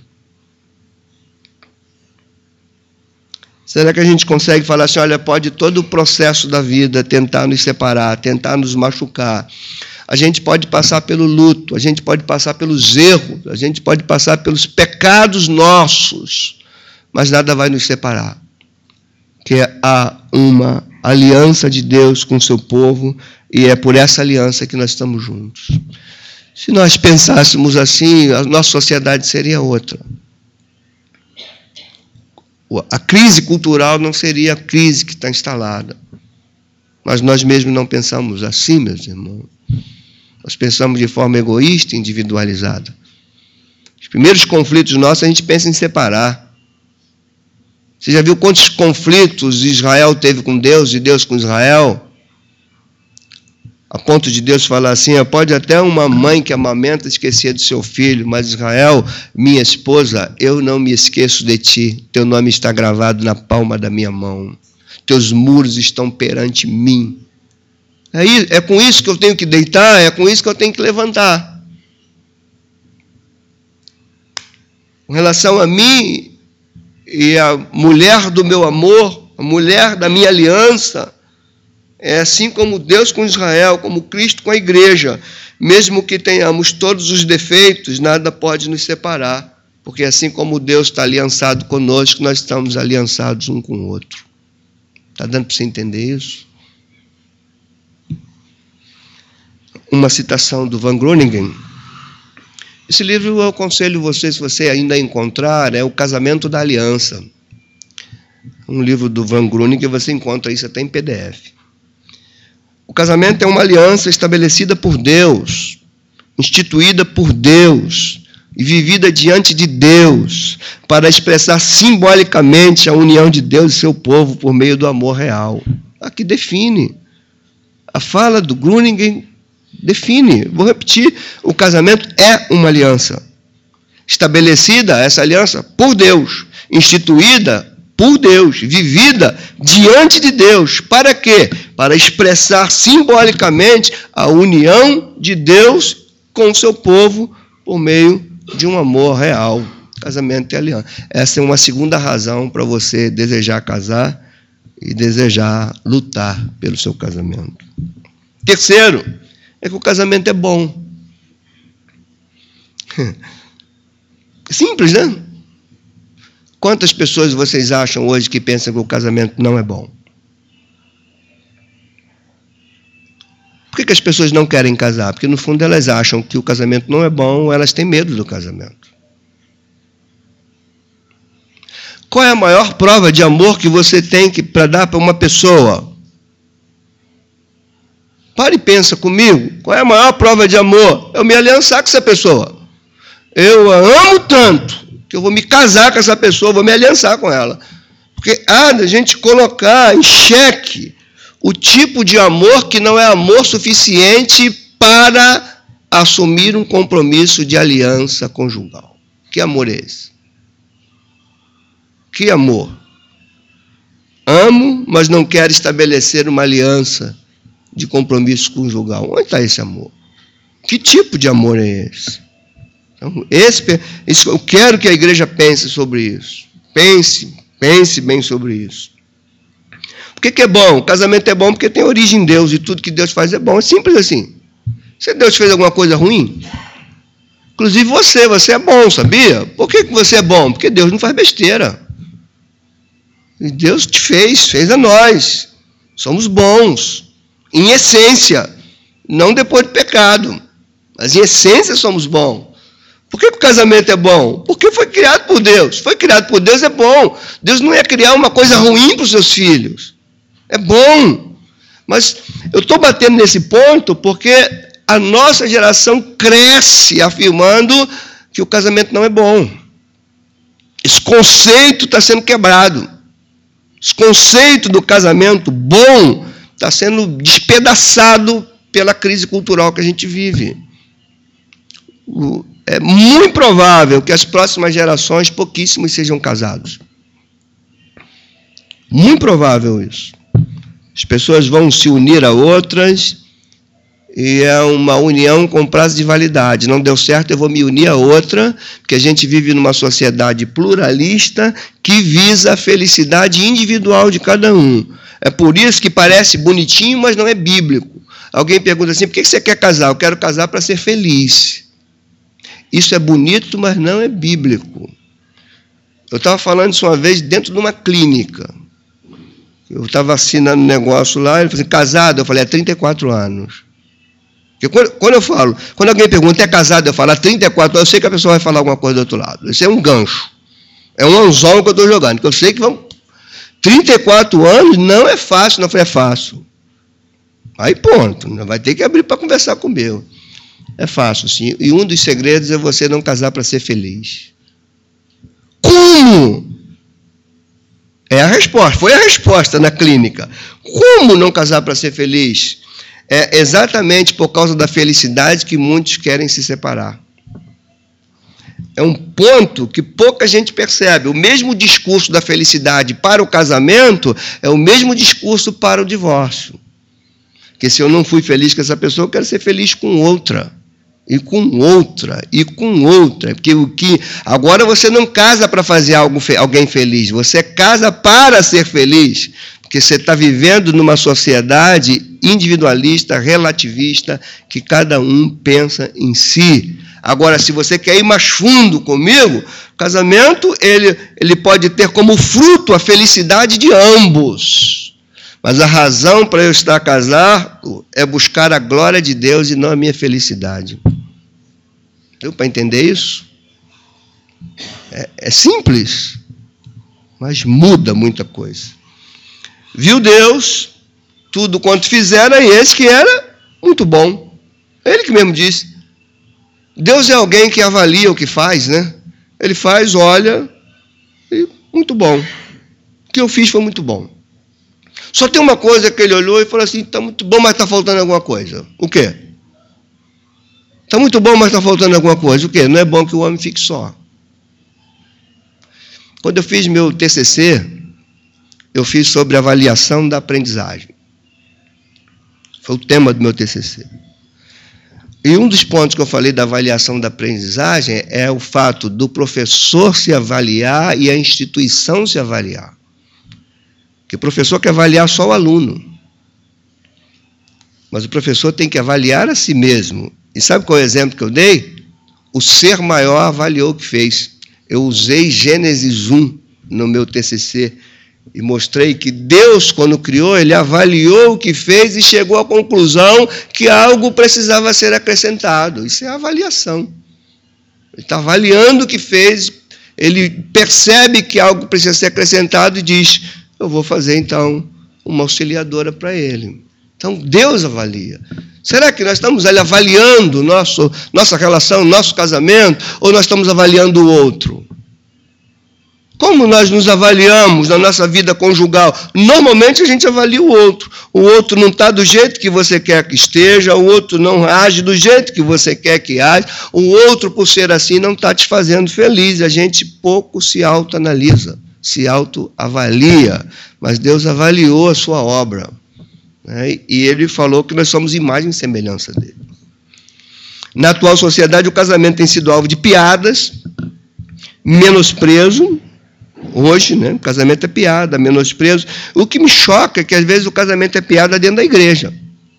Será que a gente consegue falar assim, olha, pode todo o processo da vida tentar nos separar, tentar nos machucar. A gente pode passar pelo luto, a gente pode passar pelos erros, a gente pode passar pelos pecados nossos, mas nada vai nos separar. Que há uma aliança de Deus com o seu povo, e é por essa aliança que nós estamos juntos. Se nós pensássemos assim, a nossa sociedade seria outra. A crise cultural não seria a crise que está instalada. Mas nós mesmos não pensamos assim, meus irmãos. Nós pensamos de forma egoísta e individualizada. Os primeiros conflitos nossos a gente pensa em separar. Você já viu quantos conflitos Israel teve com Deus e Deus com Israel? A ponto de Deus falar assim, pode até uma mãe que amamenta esquecer do seu filho, mas Israel, minha esposa, eu não me esqueço de ti. Teu nome está gravado na palma da minha mão. Teus muros estão perante mim. É com isso que eu tenho que deitar, é com isso que eu tenho que levantar. Com relação a mim e a mulher do meu amor, a mulher da minha aliança, é assim como Deus com Israel, como Cristo com a igreja. Mesmo que tenhamos todos os defeitos, nada pode nos separar, porque assim como Deus está aliançado conosco, nós estamos aliançados um com o outro. Está dando para você entender isso? Uma citação do Van Groningen. Esse livro eu aconselho você, se você ainda encontrar, é O Casamento da Aliança. Um livro do Van Groningen, você encontra isso até em P D F. O casamento é uma aliança estabelecida por Deus, instituída por Deus e vivida diante de Deus, para expressar simbolicamente a união de Deus e seu povo por meio do amor real. Aqui define. A fala do Groningen define. Vou repetir, o casamento é uma aliança. Estabelecida, essa aliança, por Deus. Instituída por Deus. Vivida diante de Deus. Para quê? Para expressar simbolicamente a união de Deus com o seu povo por meio de um amor real. Casamento e aliança. Essa é uma segunda razão para você desejar casar e desejar lutar pelo seu casamento. Terceiro, é que o casamento é bom. Simples, né? Quantas pessoas vocês acham hoje que pensam que o casamento não é bom? Por que, que as pessoas não querem casar? Porque, no fundo, elas acham que o casamento não é bom ou elas têm medo do casamento. Qual é a maior prova de amor que você tem para dar para uma pessoa? Para e pensa comigo. Qual é a maior prova de amor? Eu me aliançar com essa pessoa. Eu a amo tanto que eu vou me casar com essa pessoa, vou me aliançar com ela. Porque há de a gente colocar em xeque o tipo de amor que não é amor suficiente para assumir um compromisso de aliança conjugal. Que amor é esse? Que amor? Amo, mas não quero estabelecer uma aliança de compromisso conjugal. Onde está esse amor? Que tipo de amor é esse? Então, esse, esse? Eu quero que a igreja pense sobre isso. Pense, pense bem sobre isso. Por que, que é bom? O casamento é bom porque tem origem em Deus e tudo que Deus faz é bom. É simples assim. Se Deus fez alguma coisa ruim, inclusive você, você é bom, sabia? Por que, que você é bom? Porque Deus não faz besteira. E Deus te fez, fez a nós. Somos bons, em essência, não depois do pecado. Mas em essência somos bons. Por que, que o casamento é bom? Porque foi criado por Deus. Foi criado por Deus, é bom. Deus não ia criar uma coisa ruim para os seus filhos. É bom. Mas eu estou batendo nesse ponto porque a nossa geração cresce afirmando que o casamento não é bom. Esse conceito está sendo quebrado. Esse conceito do casamento bom está sendo despedaçado pela crise cultural que a gente vive. É muito provável que as próximas gerações, pouquíssimos, sejam casados. Muito provável isso. As pessoas vão se unir a outras e é uma união com prazo de validade. Não deu certo, eu vou me unir a outra, porque a gente vive numa sociedade pluralista que visa a felicidade individual de cada um. É por isso que parece bonitinho, mas não é bíblico. Alguém pergunta assim, por que você quer casar? Eu quero casar para ser feliz. Isso é bonito, mas não é bíblico. Eu estava falando isso uma vez dentro de uma clínica. Eu estava assinando um negócio lá, ele falou assim, casado? Eu falei, há trinta e quatro anos. Porque quando, quando eu falo, quando alguém pergunta, é casado? Eu falo, há trinta e quatro anos, eu sei que a pessoa vai falar alguma coisa do outro lado. Isso é um gancho. É um anzol que eu estou jogando, que eu sei que vão... trinta e quatro anos não é fácil, não é fácil. Aí ponto, vai ter que abrir para conversar comigo. É fácil, sim. E um dos segredos é você não casar para ser feliz. Como? É a resposta, foi a resposta na clínica. Como não casar para ser feliz? É exatamente por causa da felicidade que muitos querem se separar. É um ponto que pouca gente percebe. O mesmo discurso da felicidade para o casamento é o mesmo discurso para o divórcio. Porque se eu não fui feliz com essa pessoa, eu quero ser feliz com outra. E com outra, e com outra. Porque o que agora você não casa para fazer algo, alguém feliz, você casa para ser feliz. Porque você está vivendo numa sociedade individualista, relativista, que cada um pensa em si. Agora, se você quer ir mais fundo comigo, o casamento ele, ele pode ter como fruto a felicidade de ambos. Mas a razão para eu estar casado é buscar a glória de Deus e não a minha felicidade. Deu para entender isso? É, é simples, mas muda muita coisa. Viu Deus, tudo quanto fizera, e esse que era muito bom. Ele que mesmo disse. Deus é alguém que avalia o que faz, né? Ele faz, olha, e muito bom. O que eu fiz foi muito bom. Só tem uma coisa que ele olhou e falou assim, está muito bom, mas está faltando alguma coisa. O quê? Está muito bom, mas está faltando alguma coisa. O quê? Não é bom que o homem fique só. Quando eu fiz meu T C C, eu fiz sobre avaliação da aprendizagem. Foi o tema do meu T C C. E um dos pontos que eu falei da avaliação da aprendizagem é o fato do professor se avaliar e a instituição se avaliar. Porque o professor quer avaliar só o aluno. Mas o professor tem que avaliar a si mesmo. E sabe qual é o exemplo que eu dei? O ser maior avaliou o que fez. Eu usei Gênesis um no meu T C C e mostrei que Deus, quando criou, ele avaliou o que fez e chegou à conclusão que algo precisava ser acrescentado. Isso é avaliação. Ele está avaliando o que fez, ele percebe que algo precisa ser acrescentado e diz, eu vou fazer, então, uma auxiliadora para ele. Então, Deus avalia. Será que nós estamos ali avaliando nosso, nossa relação, nosso casamento, ou nós estamos avaliando o outro? Como nós nos avaliamos na nossa vida conjugal? Normalmente a gente avalia o outro. O outro não está do jeito que você quer que esteja, o outro não age do jeito que você quer que age, o outro, por ser assim, não está te fazendo feliz. A gente pouco se autoanalisa, se autoavalia. Mas Deus avaliou a sua obra. Né? E ele falou que nós somos imagem e semelhança dele. Na atual sociedade, o casamento tem sido alvo de piadas, menosprezo. Hoje, né, o casamento é piada, menosprezo. O que me choca é que, às vezes, o casamento é piada dentro da igreja.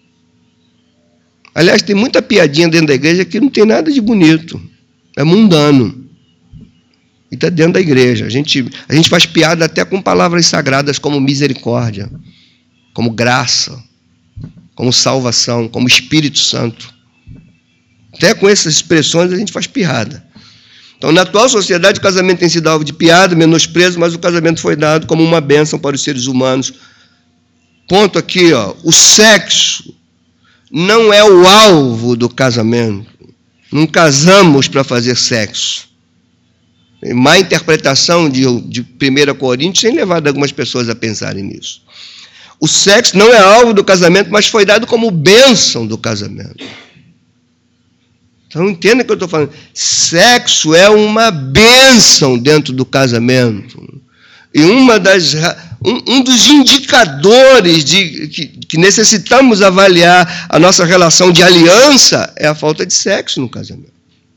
Aliás, tem muita piadinha dentro da igreja que não tem nada de bonito. É mundano. E está dentro da igreja. A gente, a gente faz piada até com palavras sagradas como misericórdia, como graça, como salvação, como Espírito Santo. Até com essas expressões a gente faz piada. Então, na atual sociedade, o casamento tem sido alvo de piada, menosprezo, mas o casamento foi dado como uma bênção para os seres humanos. Ponto aqui, ó, o sexo não é o alvo do casamento. Não casamos para fazer sexo. Tem má interpretação de, de primeira Coríntios tem levado algumas pessoas a pensarem nisso. O sexo não é alvo do casamento, mas foi dado como bênção do casamento. Então, entenda o que eu estou falando. Sexo é uma bênção dentro do casamento. E uma das, um, um dos indicadores de, que, que necessitamos avaliar a nossa relação de aliança é a falta de sexo no casamento.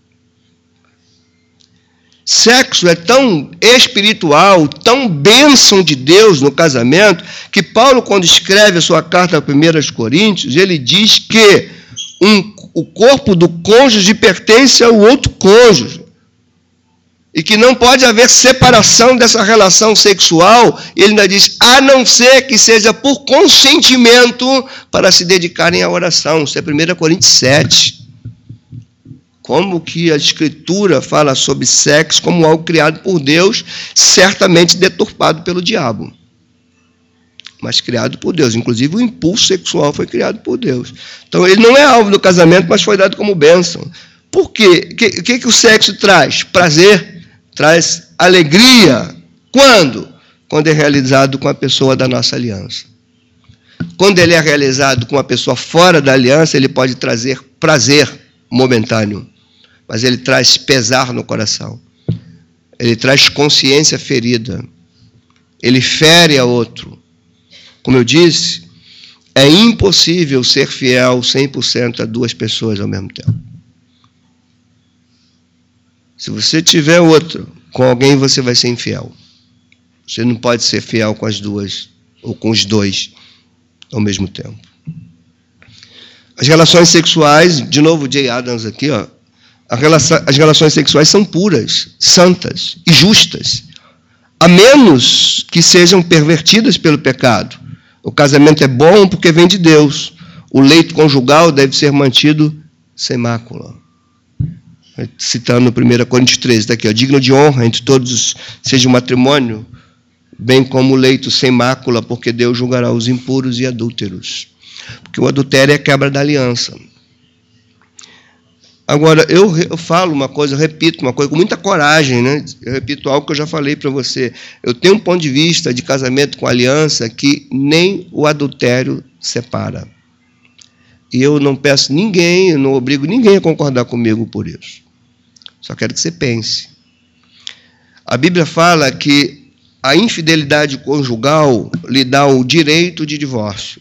Sexo é tão espiritual, tão bênção de Deus no casamento, que Paulo, quando escreve a sua carta a primeira Coríntios, ele diz que um o corpo do cônjuge pertence ao outro cônjuge. E que não pode haver separação dessa relação sexual, ele ainda diz, a não ser que seja por consentimento para se dedicarem à oração. Isso é primeira Coríntios sete. Como que a Escritura fala sobre sexo como algo criado por Deus, certamente deturpado pelo diabo. Mas criado por Deus. Inclusive, o impulso sexual foi criado por Deus. Então, ele não é alvo do casamento, mas foi dado como bênção. Por quê? O que, que, que o sexo traz? Prazer, traz alegria. Quando? Quando é realizado com a pessoa da nossa aliança. Quando ele é realizado com uma pessoa fora da aliança, ele pode trazer prazer momentâneo, mas ele traz pesar no coração. Ele traz consciência ferida. Ele fere a outro. Como eu disse, é impossível ser fiel cem por cento a duas pessoas ao mesmo tempo. Se você tiver outro, com alguém você vai ser infiel. Você não pode ser fiel com as duas, ou com os dois, ao mesmo tempo. As relações sexuais, de novo, Jay Adams aqui, ó, as relações sexuais são puras, santas e justas, a menos que sejam pervertidas pelo pecado. O casamento é bom porque vem de Deus. O leito conjugal deve ser mantido sem mácula. Citando no primeira Coríntios treze, está aqui, ó, digno de honra entre todos, seja o matrimônio, bem como o leito sem mácula, porque Deus julgará os impuros e adúlteros. Porque o adultério é a quebra da aliança. Agora, eu, eu falo uma coisa, eu repito uma coisa com muita coragem, né? Eu repito algo que eu já falei para você. Eu tenho um ponto de vista de casamento com aliança que nem o adultério separa. E eu não peço ninguém, eu não obrigo ninguém a concordar comigo por isso. Só quero que você pense. A Bíblia fala que a infidelidade conjugal lhe dá o direito de divórcio.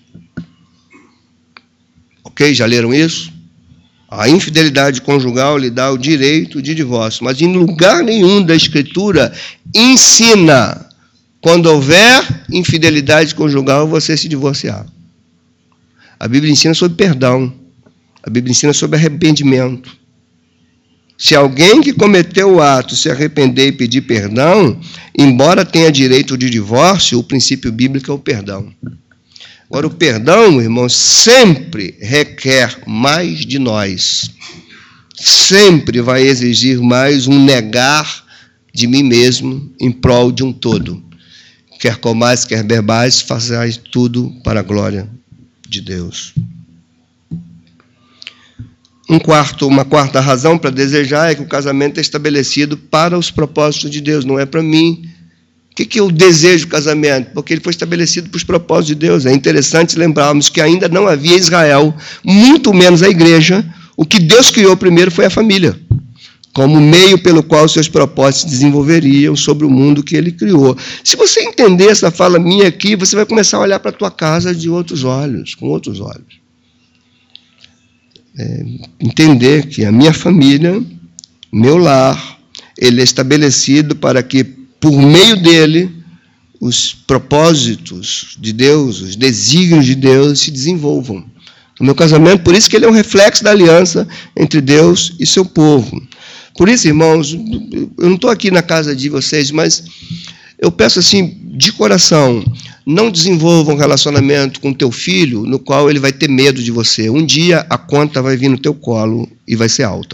Ok? Já leram isso? A infidelidade conjugal lhe dá o direito de divórcio, mas em lugar nenhum da Escritura ensina, quando houver infidelidade conjugal, você se divorciar. A Bíblia ensina sobre perdão, a Bíblia ensina sobre arrependimento. Se alguém que cometeu o ato se arrepender e pedir perdão, embora tenha direito de divórcio, o princípio bíblico é o perdão. Agora, o perdão, irmãos, sempre requer mais de nós. Sempre vai exigir mais um negar de mim mesmo em prol de um todo. Quer comais, quer bebais, façais tudo para a glória de Deus. Um quarto, uma quarta razão para desejar é que o casamento é estabelecido para os propósitos de Deus, não é para mim. Por que, que eu desejo o casamento? Porque ele foi estabelecido para os propósitos de Deus. É interessante lembrarmos que ainda não havia Israel, muito menos a igreja. O que Deus criou primeiro foi a família, como meio pelo qual seus propósitos se desenvolveriam sobre o mundo que ele criou. Se você entender essa fala minha aqui, você vai começar a olhar para a tua casa de outros olhos, com outros olhos. É, entender que a minha família, meu lar, ele é estabelecido para que, por meio dele, os propósitos de Deus, os desígnios de Deus se desenvolvam. O meu casamento, por isso que ele é um reflexo da aliança entre Deus e seu povo. Por isso, irmãos, eu não estou aqui na casa de vocês, mas eu peço assim, de coração, não desenvolva um relacionamento com teu filho no qual ele vai ter medo de você. Um dia a conta vai vir no teu colo e vai ser alta.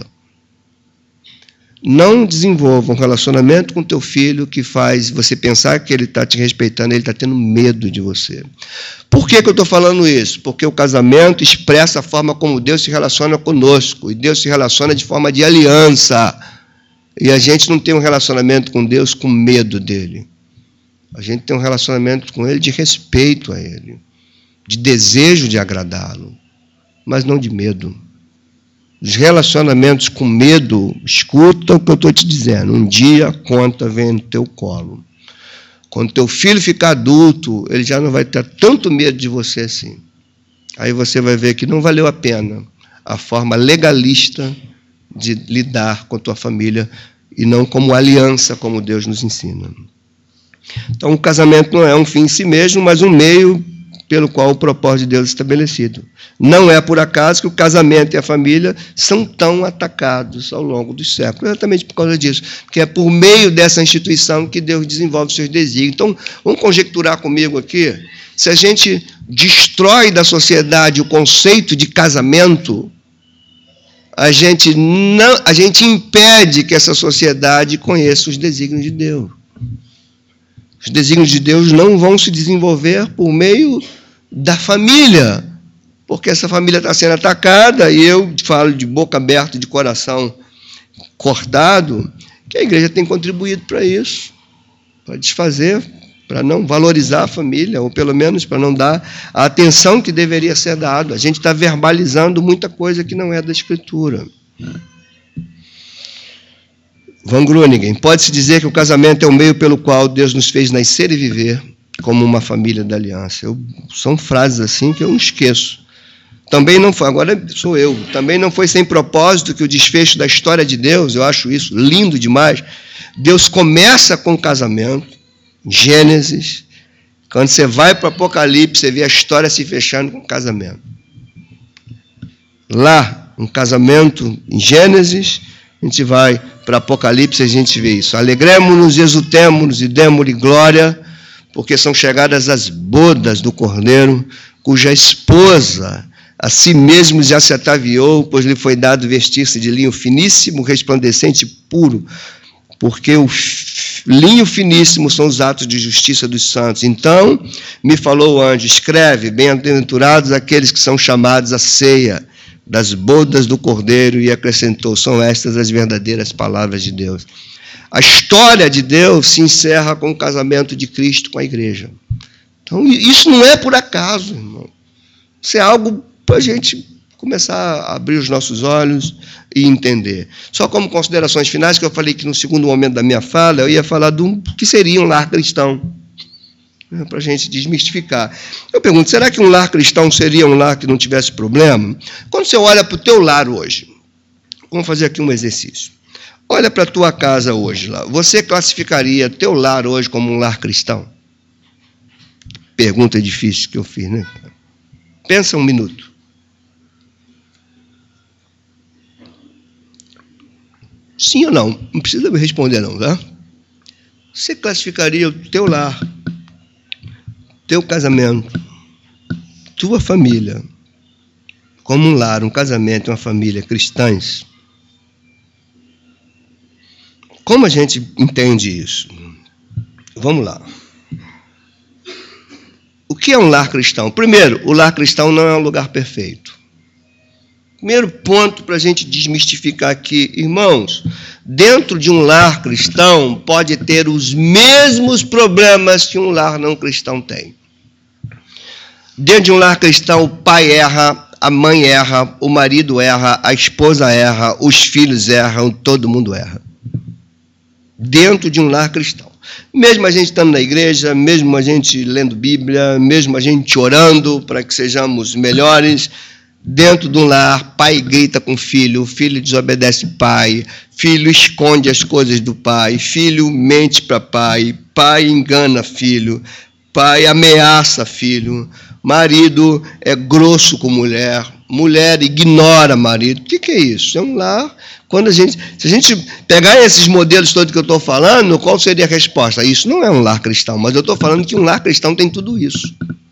Não desenvolva um relacionamento com teu filho que faz você pensar que ele está te respeitando, ele está tendo medo de você. Por que, que eu estou falando isso? Porque o casamento expressa a forma como Deus se relaciona conosco, e Deus se relaciona de forma de aliança. E a gente não tem um relacionamento com Deus com medo dele. A gente tem um relacionamento com ele de respeito a ele, de desejo de agradá-lo, mas não de medo. Os relacionamentos com medo, escuta o que eu estou te dizendo, um dia a conta vem no teu colo. Quando teu filho ficar adulto, ele já não vai ter tanto medo de você assim. Aí você vai ver que não valeu a pena a forma legalista de lidar com a tua família e não como aliança, como Deus nos ensina. Então, o casamento não é um fim em si mesmo, mas um meio pelo qual o propósito de Deus é estabelecido. Não é por acaso que o casamento e a família são tão atacados ao longo dos séculos, exatamente por causa disso, porque é por meio dessa instituição que Deus desenvolve seus desígnios. Então, vamos conjecturar comigo aqui, se a gente destrói da sociedade o conceito de casamento, a gente, não, a gente impede que essa sociedade conheça os desígnios de Deus. Os desígnios de Deus não vão se desenvolver por meio da família, porque essa família está sendo atacada, e eu falo de boca aberta, de coração cortado, que a igreja tem contribuído para isso, para desfazer, para não valorizar a família, ou pelo menos para não dar a atenção que deveria ser dada. A gente está verbalizando muita coisa que não é da Escritura. Van Groningen, pode-se dizer que o casamento é o meio pelo qual Deus nos fez nascer e viver como uma família da aliança. Eu, são frases assim que eu não esqueço. Também não foi, agora sou eu, também não foi sem propósito que o desfecho da história de Deus, eu acho isso lindo demais, Deus começa com o casamento, Gênesis, quando você vai para o Apocalipse, você vê a história se fechando com o casamento. Lá, um casamento em Gênesis, a gente vai para Apocalipse, a gente vê isso. Alegremos-nos, exultemos e demos-lhe glória, porque são chegadas as bodas do Cordeiro, cuja esposa a si mesmo já se ataviou, pois lhe foi dado vestir-se de linho finíssimo, resplandecente e puro, porque o linho finíssimo são os atos de justiça dos santos. Então me falou o anjo, escreve, bem-aventurados aqueles que são chamados à ceia das bodas do Cordeiro, e acrescentou, são estas as verdadeiras palavras de Deus. A história de Deus se encerra com o casamento de Cristo com a igreja. Então, isso não é por acaso, irmão. Isso é algo para a gente começar a abrir os nossos olhos e entender. Só como considerações finais, que eu falei que no segundo momento da minha fala, eu ia falar do que seria um lar cristão, para a gente desmistificar. Eu pergunto, será que um lar cristão seria um lar que não tivesse problema? Quando você olha para o teu lar hoje, vamos fazer aqui um exercício. Olha para a tua casa hoje, lá. Você classificaria teu lar hoje como um lar cristão? Pergunta difícil que eu fiz, né? Pensa um minuto. Sim ou não? Não precisa me responder não, tá? Você classificaria o teu lar, teu casamento, tua família, como um lar, um casamento e uma família cristãs? Como a gente entende isso? Vamos lá. O que é um lar cristão? Primeiro, o lar cristão não é um lugar perfeito. Primeiro ponto para a gente desmistificar aqui, irmãos, dentro de um lar cristão pode ter os mesmos problemas que um lar não cristão tem. Dentro de um lar cristão, o pai erra, a mãe erra, o marido erra, a esposa erra, os filhos erram, todo mundo erra. Dentro de um lar cristão. Mesmo a gente estando na igreja, mesmo a gente lendo Bíblia, mesmo a gente orando para que sejamos melhores, dentro de um lar, pai grita com o filho, o filho desobedece o pai, filho esconde as coisas do pai, filho mente para pai, pai engana filho, pai ameaça filho, marido é grosso com mulher, mulher ignora marido. O que, que é isso? É um lar. Quando a gente, se a gente pegar esses modelos todos que eu estou falando, qual seria a resposta? Isso não é um lar cristão, mas eu estou falando que um lar cristão tem tudo isso.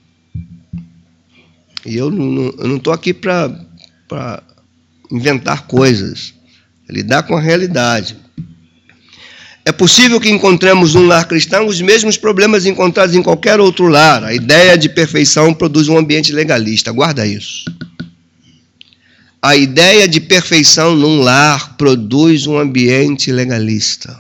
E eu não estou aqui para inventar coisas, é lidar com a realidade. É possível que encontremos num lar cristão os mesmos problemas encontrados em qualquer outro lar. A ideia de perfeição produz um ambiente legalista. Guarda isso. A ideia de perfeição num lar produz um ambiente legalista.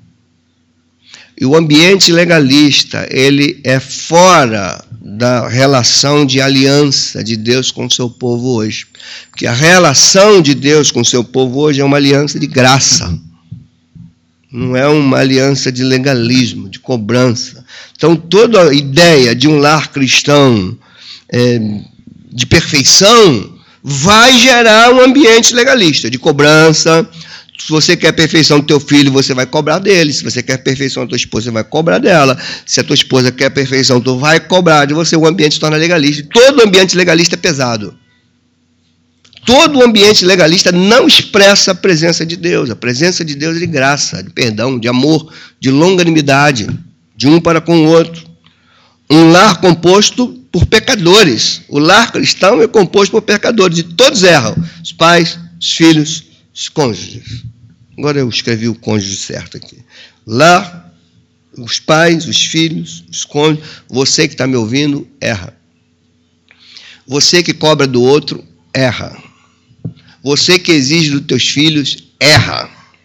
E o ambiente legalista, ele é fora da relação de aliança de Deus com o seu povo hoje. Porque a relação de Deus com o seu povo hoje é uma aliança de graça. Não é uma aliança de legalismo, de cobrança. Então, toda a ideia de um lar cristão é, de perfeição vai gerar um ambiente legalista, de cobrança. Se você quer a perfeição do teu filho, você vai cobrar dele. Se você quer a perfeição da tua esposa, você vai cobrar dela. Se a tua esposa quer a perfeição, tu vai cobrar de você. O ambiente se torna legalista. Todo ambiente legalista é pesado. Todo ambiente legalista não expressa a presença de Deus. A presença de Deus é de graça, de perdão, de amor, de longanimidade, de um para com o outro. Um lar composto por pecadores. O lar cristão é composto por pecadores, e todos erram. Os pais, os filhos, os cônjuges. Agora eu escrevi o cônjuge certo aqui. Lar, os pais, os filhos, os cônjuges. Você que está me ouvindo, erra. Você que cobra do outro, erra. Você que exige dos teus filhos, erra.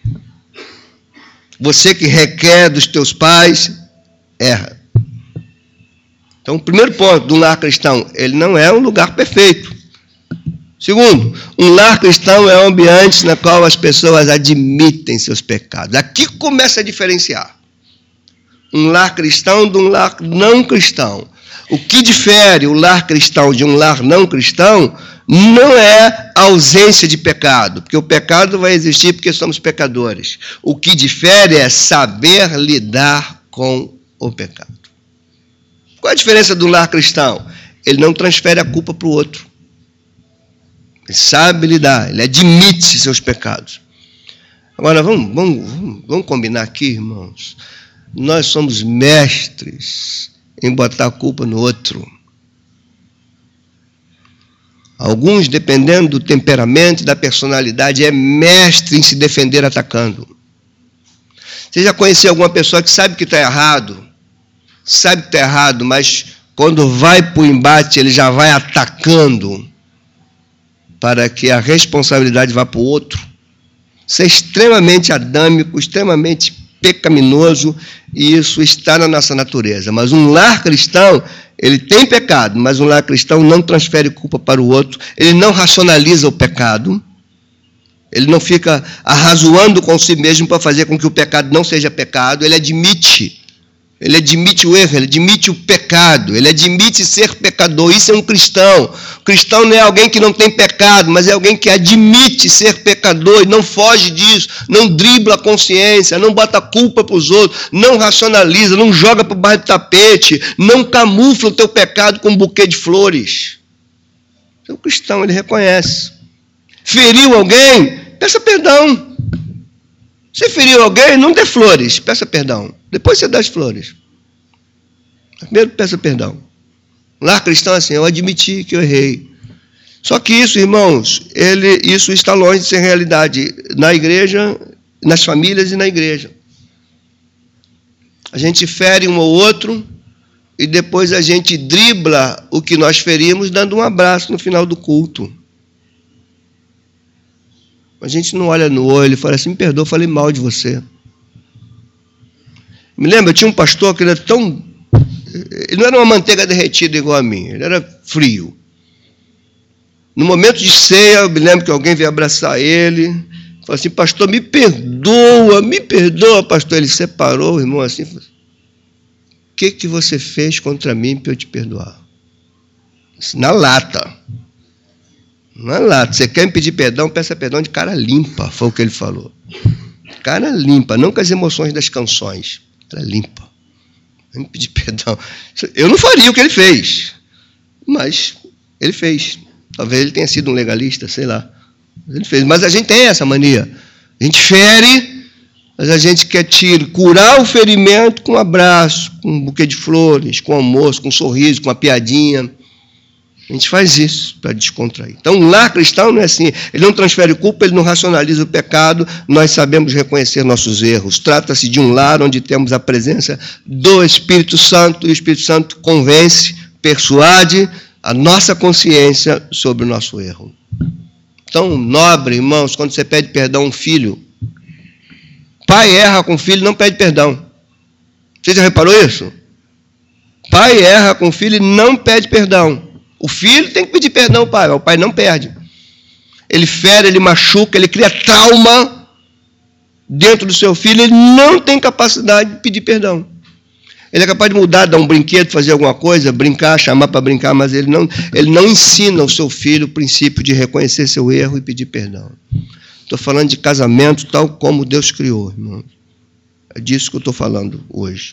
Você que requer dos teus pais, erra. Então, o primeiro ponto do lar cristão, ele não é um lugar perfeito. Segundo, um lar cristão é um ambiente na qual as pessoas admitem seus pecados. Aqui começa a diferenciar. Um lar cristão de um lar não cristão. O que difere o lar cristão de um lar não cristão não é a ausência de pecado, porque o pecado vai existir porque somos pecadores. O que difere é saber lidar com o pecado. Qual a diferença do lar cristão? Ele não transfere a culpa para o outro. Ele sabe lidar, ele admite seus pecados. Agora, vamos, vamos, vamos, vamos combinar aqui, irmãos. Nós somos mestres em botar a culpa no outro. Alguns, dependendo do temperamento e da personalidade, é mestre em se defender atacando. Você já conheceu alguma pessoa que sabe que está errado? Sabe que está errado, mas quando vai para o embate, ele já vai atacando para que a responsabilidade vá para o outro? Isso é extremamente adâmico, extremamente pecaminoso, e isso está na nossa natureza. Mas um lar cristão, ele tem pecado, mas um lar cristão não transfere culpa para o outro, ele não racionaliza o pecado, ele não fica arrazoando com si mesmo para fazer com que o pecado não seja pecado, ele admite, ele admite o erro, ele admite o pecado, ele admite ser pecador. Isso é um cristão. O cristão não é alguém que não tem pecado, mas é alguém que admite ser pecador e não foge disso, não dribla a consciência, não bota culpa para os outros, não racionaliza, não joga para baixo do tapete, não camufla o teu pecado com um buquê de flores. O cristão, ele reconhece. Feriu alguém? Peça perdão. Se feriu alguém, não dê flores, peça perdão. Depois você dá as flores. Primeiro, peça perdão. Lar cristão é assim, eu admiti que eu errei. Só que isso, irmãos, ele, isso está longe de ser realidade na igreja, nas famílias e na igreja. A gente fere um ou outro e depois a gente dribla o que nós ferimos dando um abraço no final do culto. A gente não olha no olho e fala assim, me perdoa, eu falei mal de você. Me lembro, eu tinha um pastor que era tão... Ele não era uma manteiga derretida igual a mim, ele era frio. No momento de ceia, eu me lembro que alguém veio abraçar ele, falou assim, pastor, me perdoa, me perdoa, pastor. Ele separou o irmão assim, falou, o que, que você fez contra mim para eu te perdoar? Na lata. Na lata. Você quer me pedir perdão? Peça perdão de cara limpa, foi o que ele falou. Cara limpa, não com as emoções das canções. Cara limpa. Vai me pedir perdão. Eu não faria o que ele fez, mas ele fez. Talvez ele tenha sido um legalista, sei lá. Ele fez. Mas a gente tem essa mania. A gente fere, mas a gente quer tirar, curar o ferimento com um abraço, com um buquê de flores, com um almoço, com um sorriso, com uma piadinha. A gente faz isso para descontrair. Então, um lar cristão não é assim. Ele não transfere culpa, ele não racionaliza o pecado. Nós sabemos reconhecer nossos erros. Trata-se de um lar onde temos a presença do Espírito Santo, e o Espírito Santo convence, persuade a nossa consciência sobre o nosso erro. Então, nobre, irmãos, quando você pede perdão a um filho, pai erra com o filho, não pede perdão. Você já reparou isso? Pai erra com o filho e não pede perdão. O filho tem que pedir perdão ao pai, o pai não perde. Ele fere, ele machuca, ele cria trauma dentro do seu filho, ele não tem capacidade de pedir perdão. Ele é capaz de mudar, dar um brinquedo, fazer alguma coisa, brincar, chamar para brincar, mas ele não, ele não ensina ao seu filho o princípio de reconhecer seu erro e pedir perdão. Estou falando de casamento tal como Deus criou, irmão. É disso que eu estou falando hoje.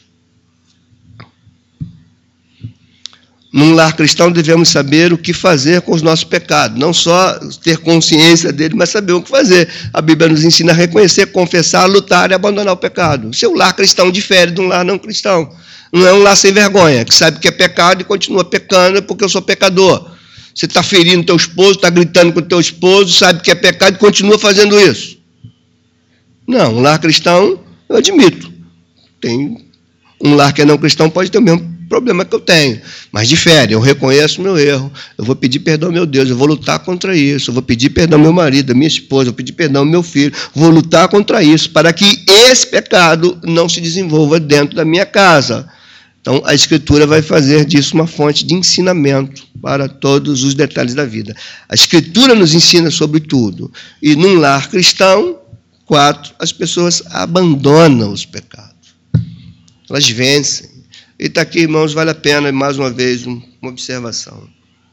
Num lar cristão devemos saber o que fazer com os nossos pecados, não só ter consciência dele, mas saber o que fazer. A Bíblia nos ensina a reconhecer, confessar, lutar e abandonar o pecado. O seu lar cristão difere de um lar não cristão. Não é um lar sem vergonha, que sabe que é pecado e continua pecando porque eu sou pecador. Você está ferindo teu esposo, está gritando com o teu esposo, sabe que é pecado e continua fazendo isso. Não, um lar cristão, eu admito. Tem um lar que é não cristão pode ter o mesmo problema que eu tenho, mas difere, eu reconheço o meu erro, eu vou pedir perdão ao meu Deus, eu vou lutar contra isso, eu vou pedir perdão ao meu marido, à minha esposa, eu vou pedir perdão ao meu filho, vou lutar contra isso, para que esse pecado não se desenvolva dentro da minha casa. Então, a Escritura vai fazer disso uma fonte de ensinamento para todos os detalhes da vida. A Escritura nos ensina sobre tudo, e num lar cristão, quatro, as pessoas abandonam os pecados, elas vencem. E está aqui, irmãos, vale a pena, mais uma vez, uma observação.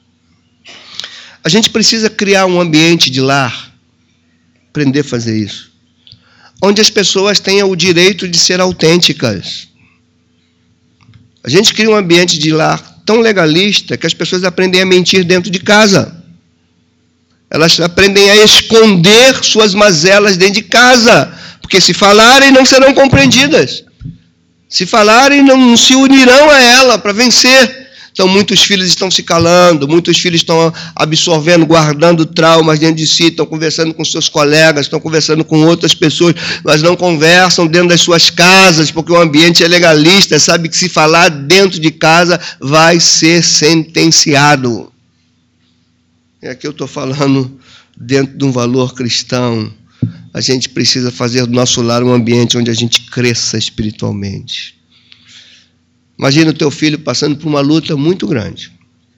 A gente precisa criar um ambiente de lar, aprender a fazer isso, onde as pessoas tenham o direito de ser autênticas. A gente cria um ambiente de lar tão legalista que as pessoas aprendem a mentir dentro de casa. Elas aprendem a esconder suas mazelas dentro de casa, porque se falarem não serão compreendidas. Se falarem, não se unirão a ela para vencer. Então, muitos filhos estão se calando, muitos filhos estão absorvendo, guardando traumas dentro de si, estão conversando com seus colegas, estão conversando com outras pessoas, mas não conversam dentro das suas casas, porque o ambiente é legalista, sabe que se falar dentro de casa vai ser sentenciado. E aqui eu estou falando dentro de um valor cristão. A gente precisa fazer do nosso lar um ambiente onde a gente cresça espiritualmente. Imagina o teu filho passando por uma luta muito grande.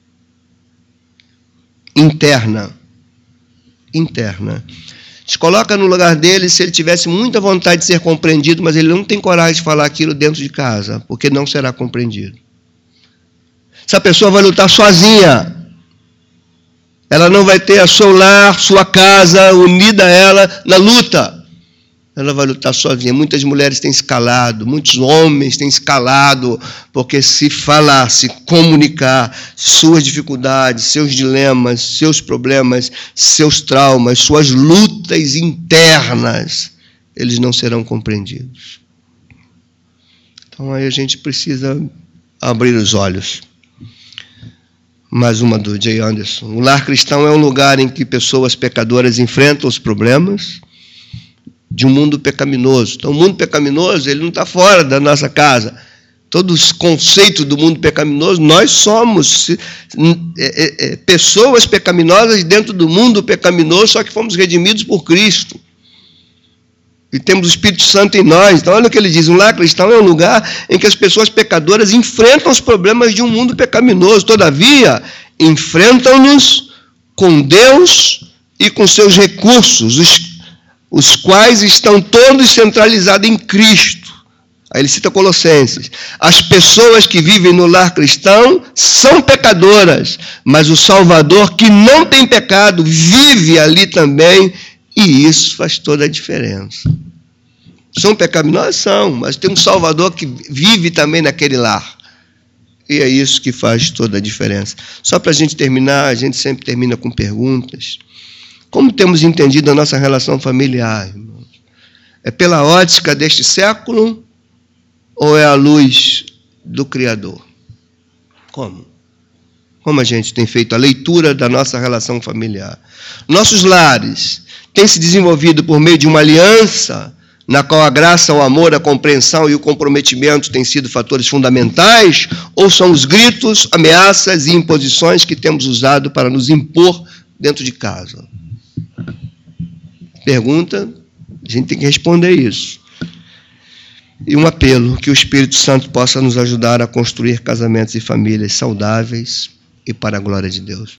Interna. Interna. Se coloca no lugar dele, se ele tivesse muita vontade de ser compreendido, mas ele não tem coragem de falar aquilo dentro de casa, porque não será compreendido. Essa pessoa vai lutar sozinha. Ela não vai ter a seu lar, sua casa unida a ela na luta. Ela vai lutar sozinha. Muitas mulheres têm se calado, muitos homens têm se calado, porque se falar, se comunicar suas dificuldades, seus dilemas, seus problemas, seus traumas, suas lutas internas, eles não serão compreendidos. Então aí a gente precisa abrir os olhos. Mais uma do Jay Anderson. O lar cristão é um lugar em que pessoas pecadoras enfrentam os problemas, de um mundo pecaminoso. Então, o mundo pecaminoso, ele não está fora da nossa casa. Todos os conceitos do mundo pecaminoso, nós somos é, é, é, pessoas pecaminosas dentro do mundo pecaminoso, só que fomos redimidos por Cristo. E temos o Espírito Santo em nós. Então, olha o que ele diz, um lar cristão é um lugar em que as pessoas pecadoras enfrentam os problemas de um mundo pecaminoso. Todavia, enfrentam-nos com Deus e com seus recursos, os, os quais estão todos centralizados em Cristo. Aí ele cita Colossenses. As pessoas que vivem no lar cristão são pecadoras, mas o Salvador, que não tem pecado, vive ali também, e isso faz toda a diferença. São pecaminosos? São, mas tem um Salvador que vive também naquele lar. E é isso que faz toda a diferença. Só para a gente terminar, a gente sempre termina com perguntas. Como temos entendido a nossa relação familiar, irmãos? É pela ótica deste século ou é a luz do Criador? Como? Como a gente tem feito a leitura da nossa relação familiar? Nossos lares têm se desenvolvido por meio de uma aliança na qual a graça, o amor, a compreensão e o comprometimento têm sido fatores fundamentais, ou são os gritos, ameaças e imposições que temos usado para nos impor dentro de casa? Pergunta, a gente tem que responder isso. E um apelo, que o Espírito Santo possa nos ajudar a construir casamentos e famílias saudáveis e para a glória de Deus.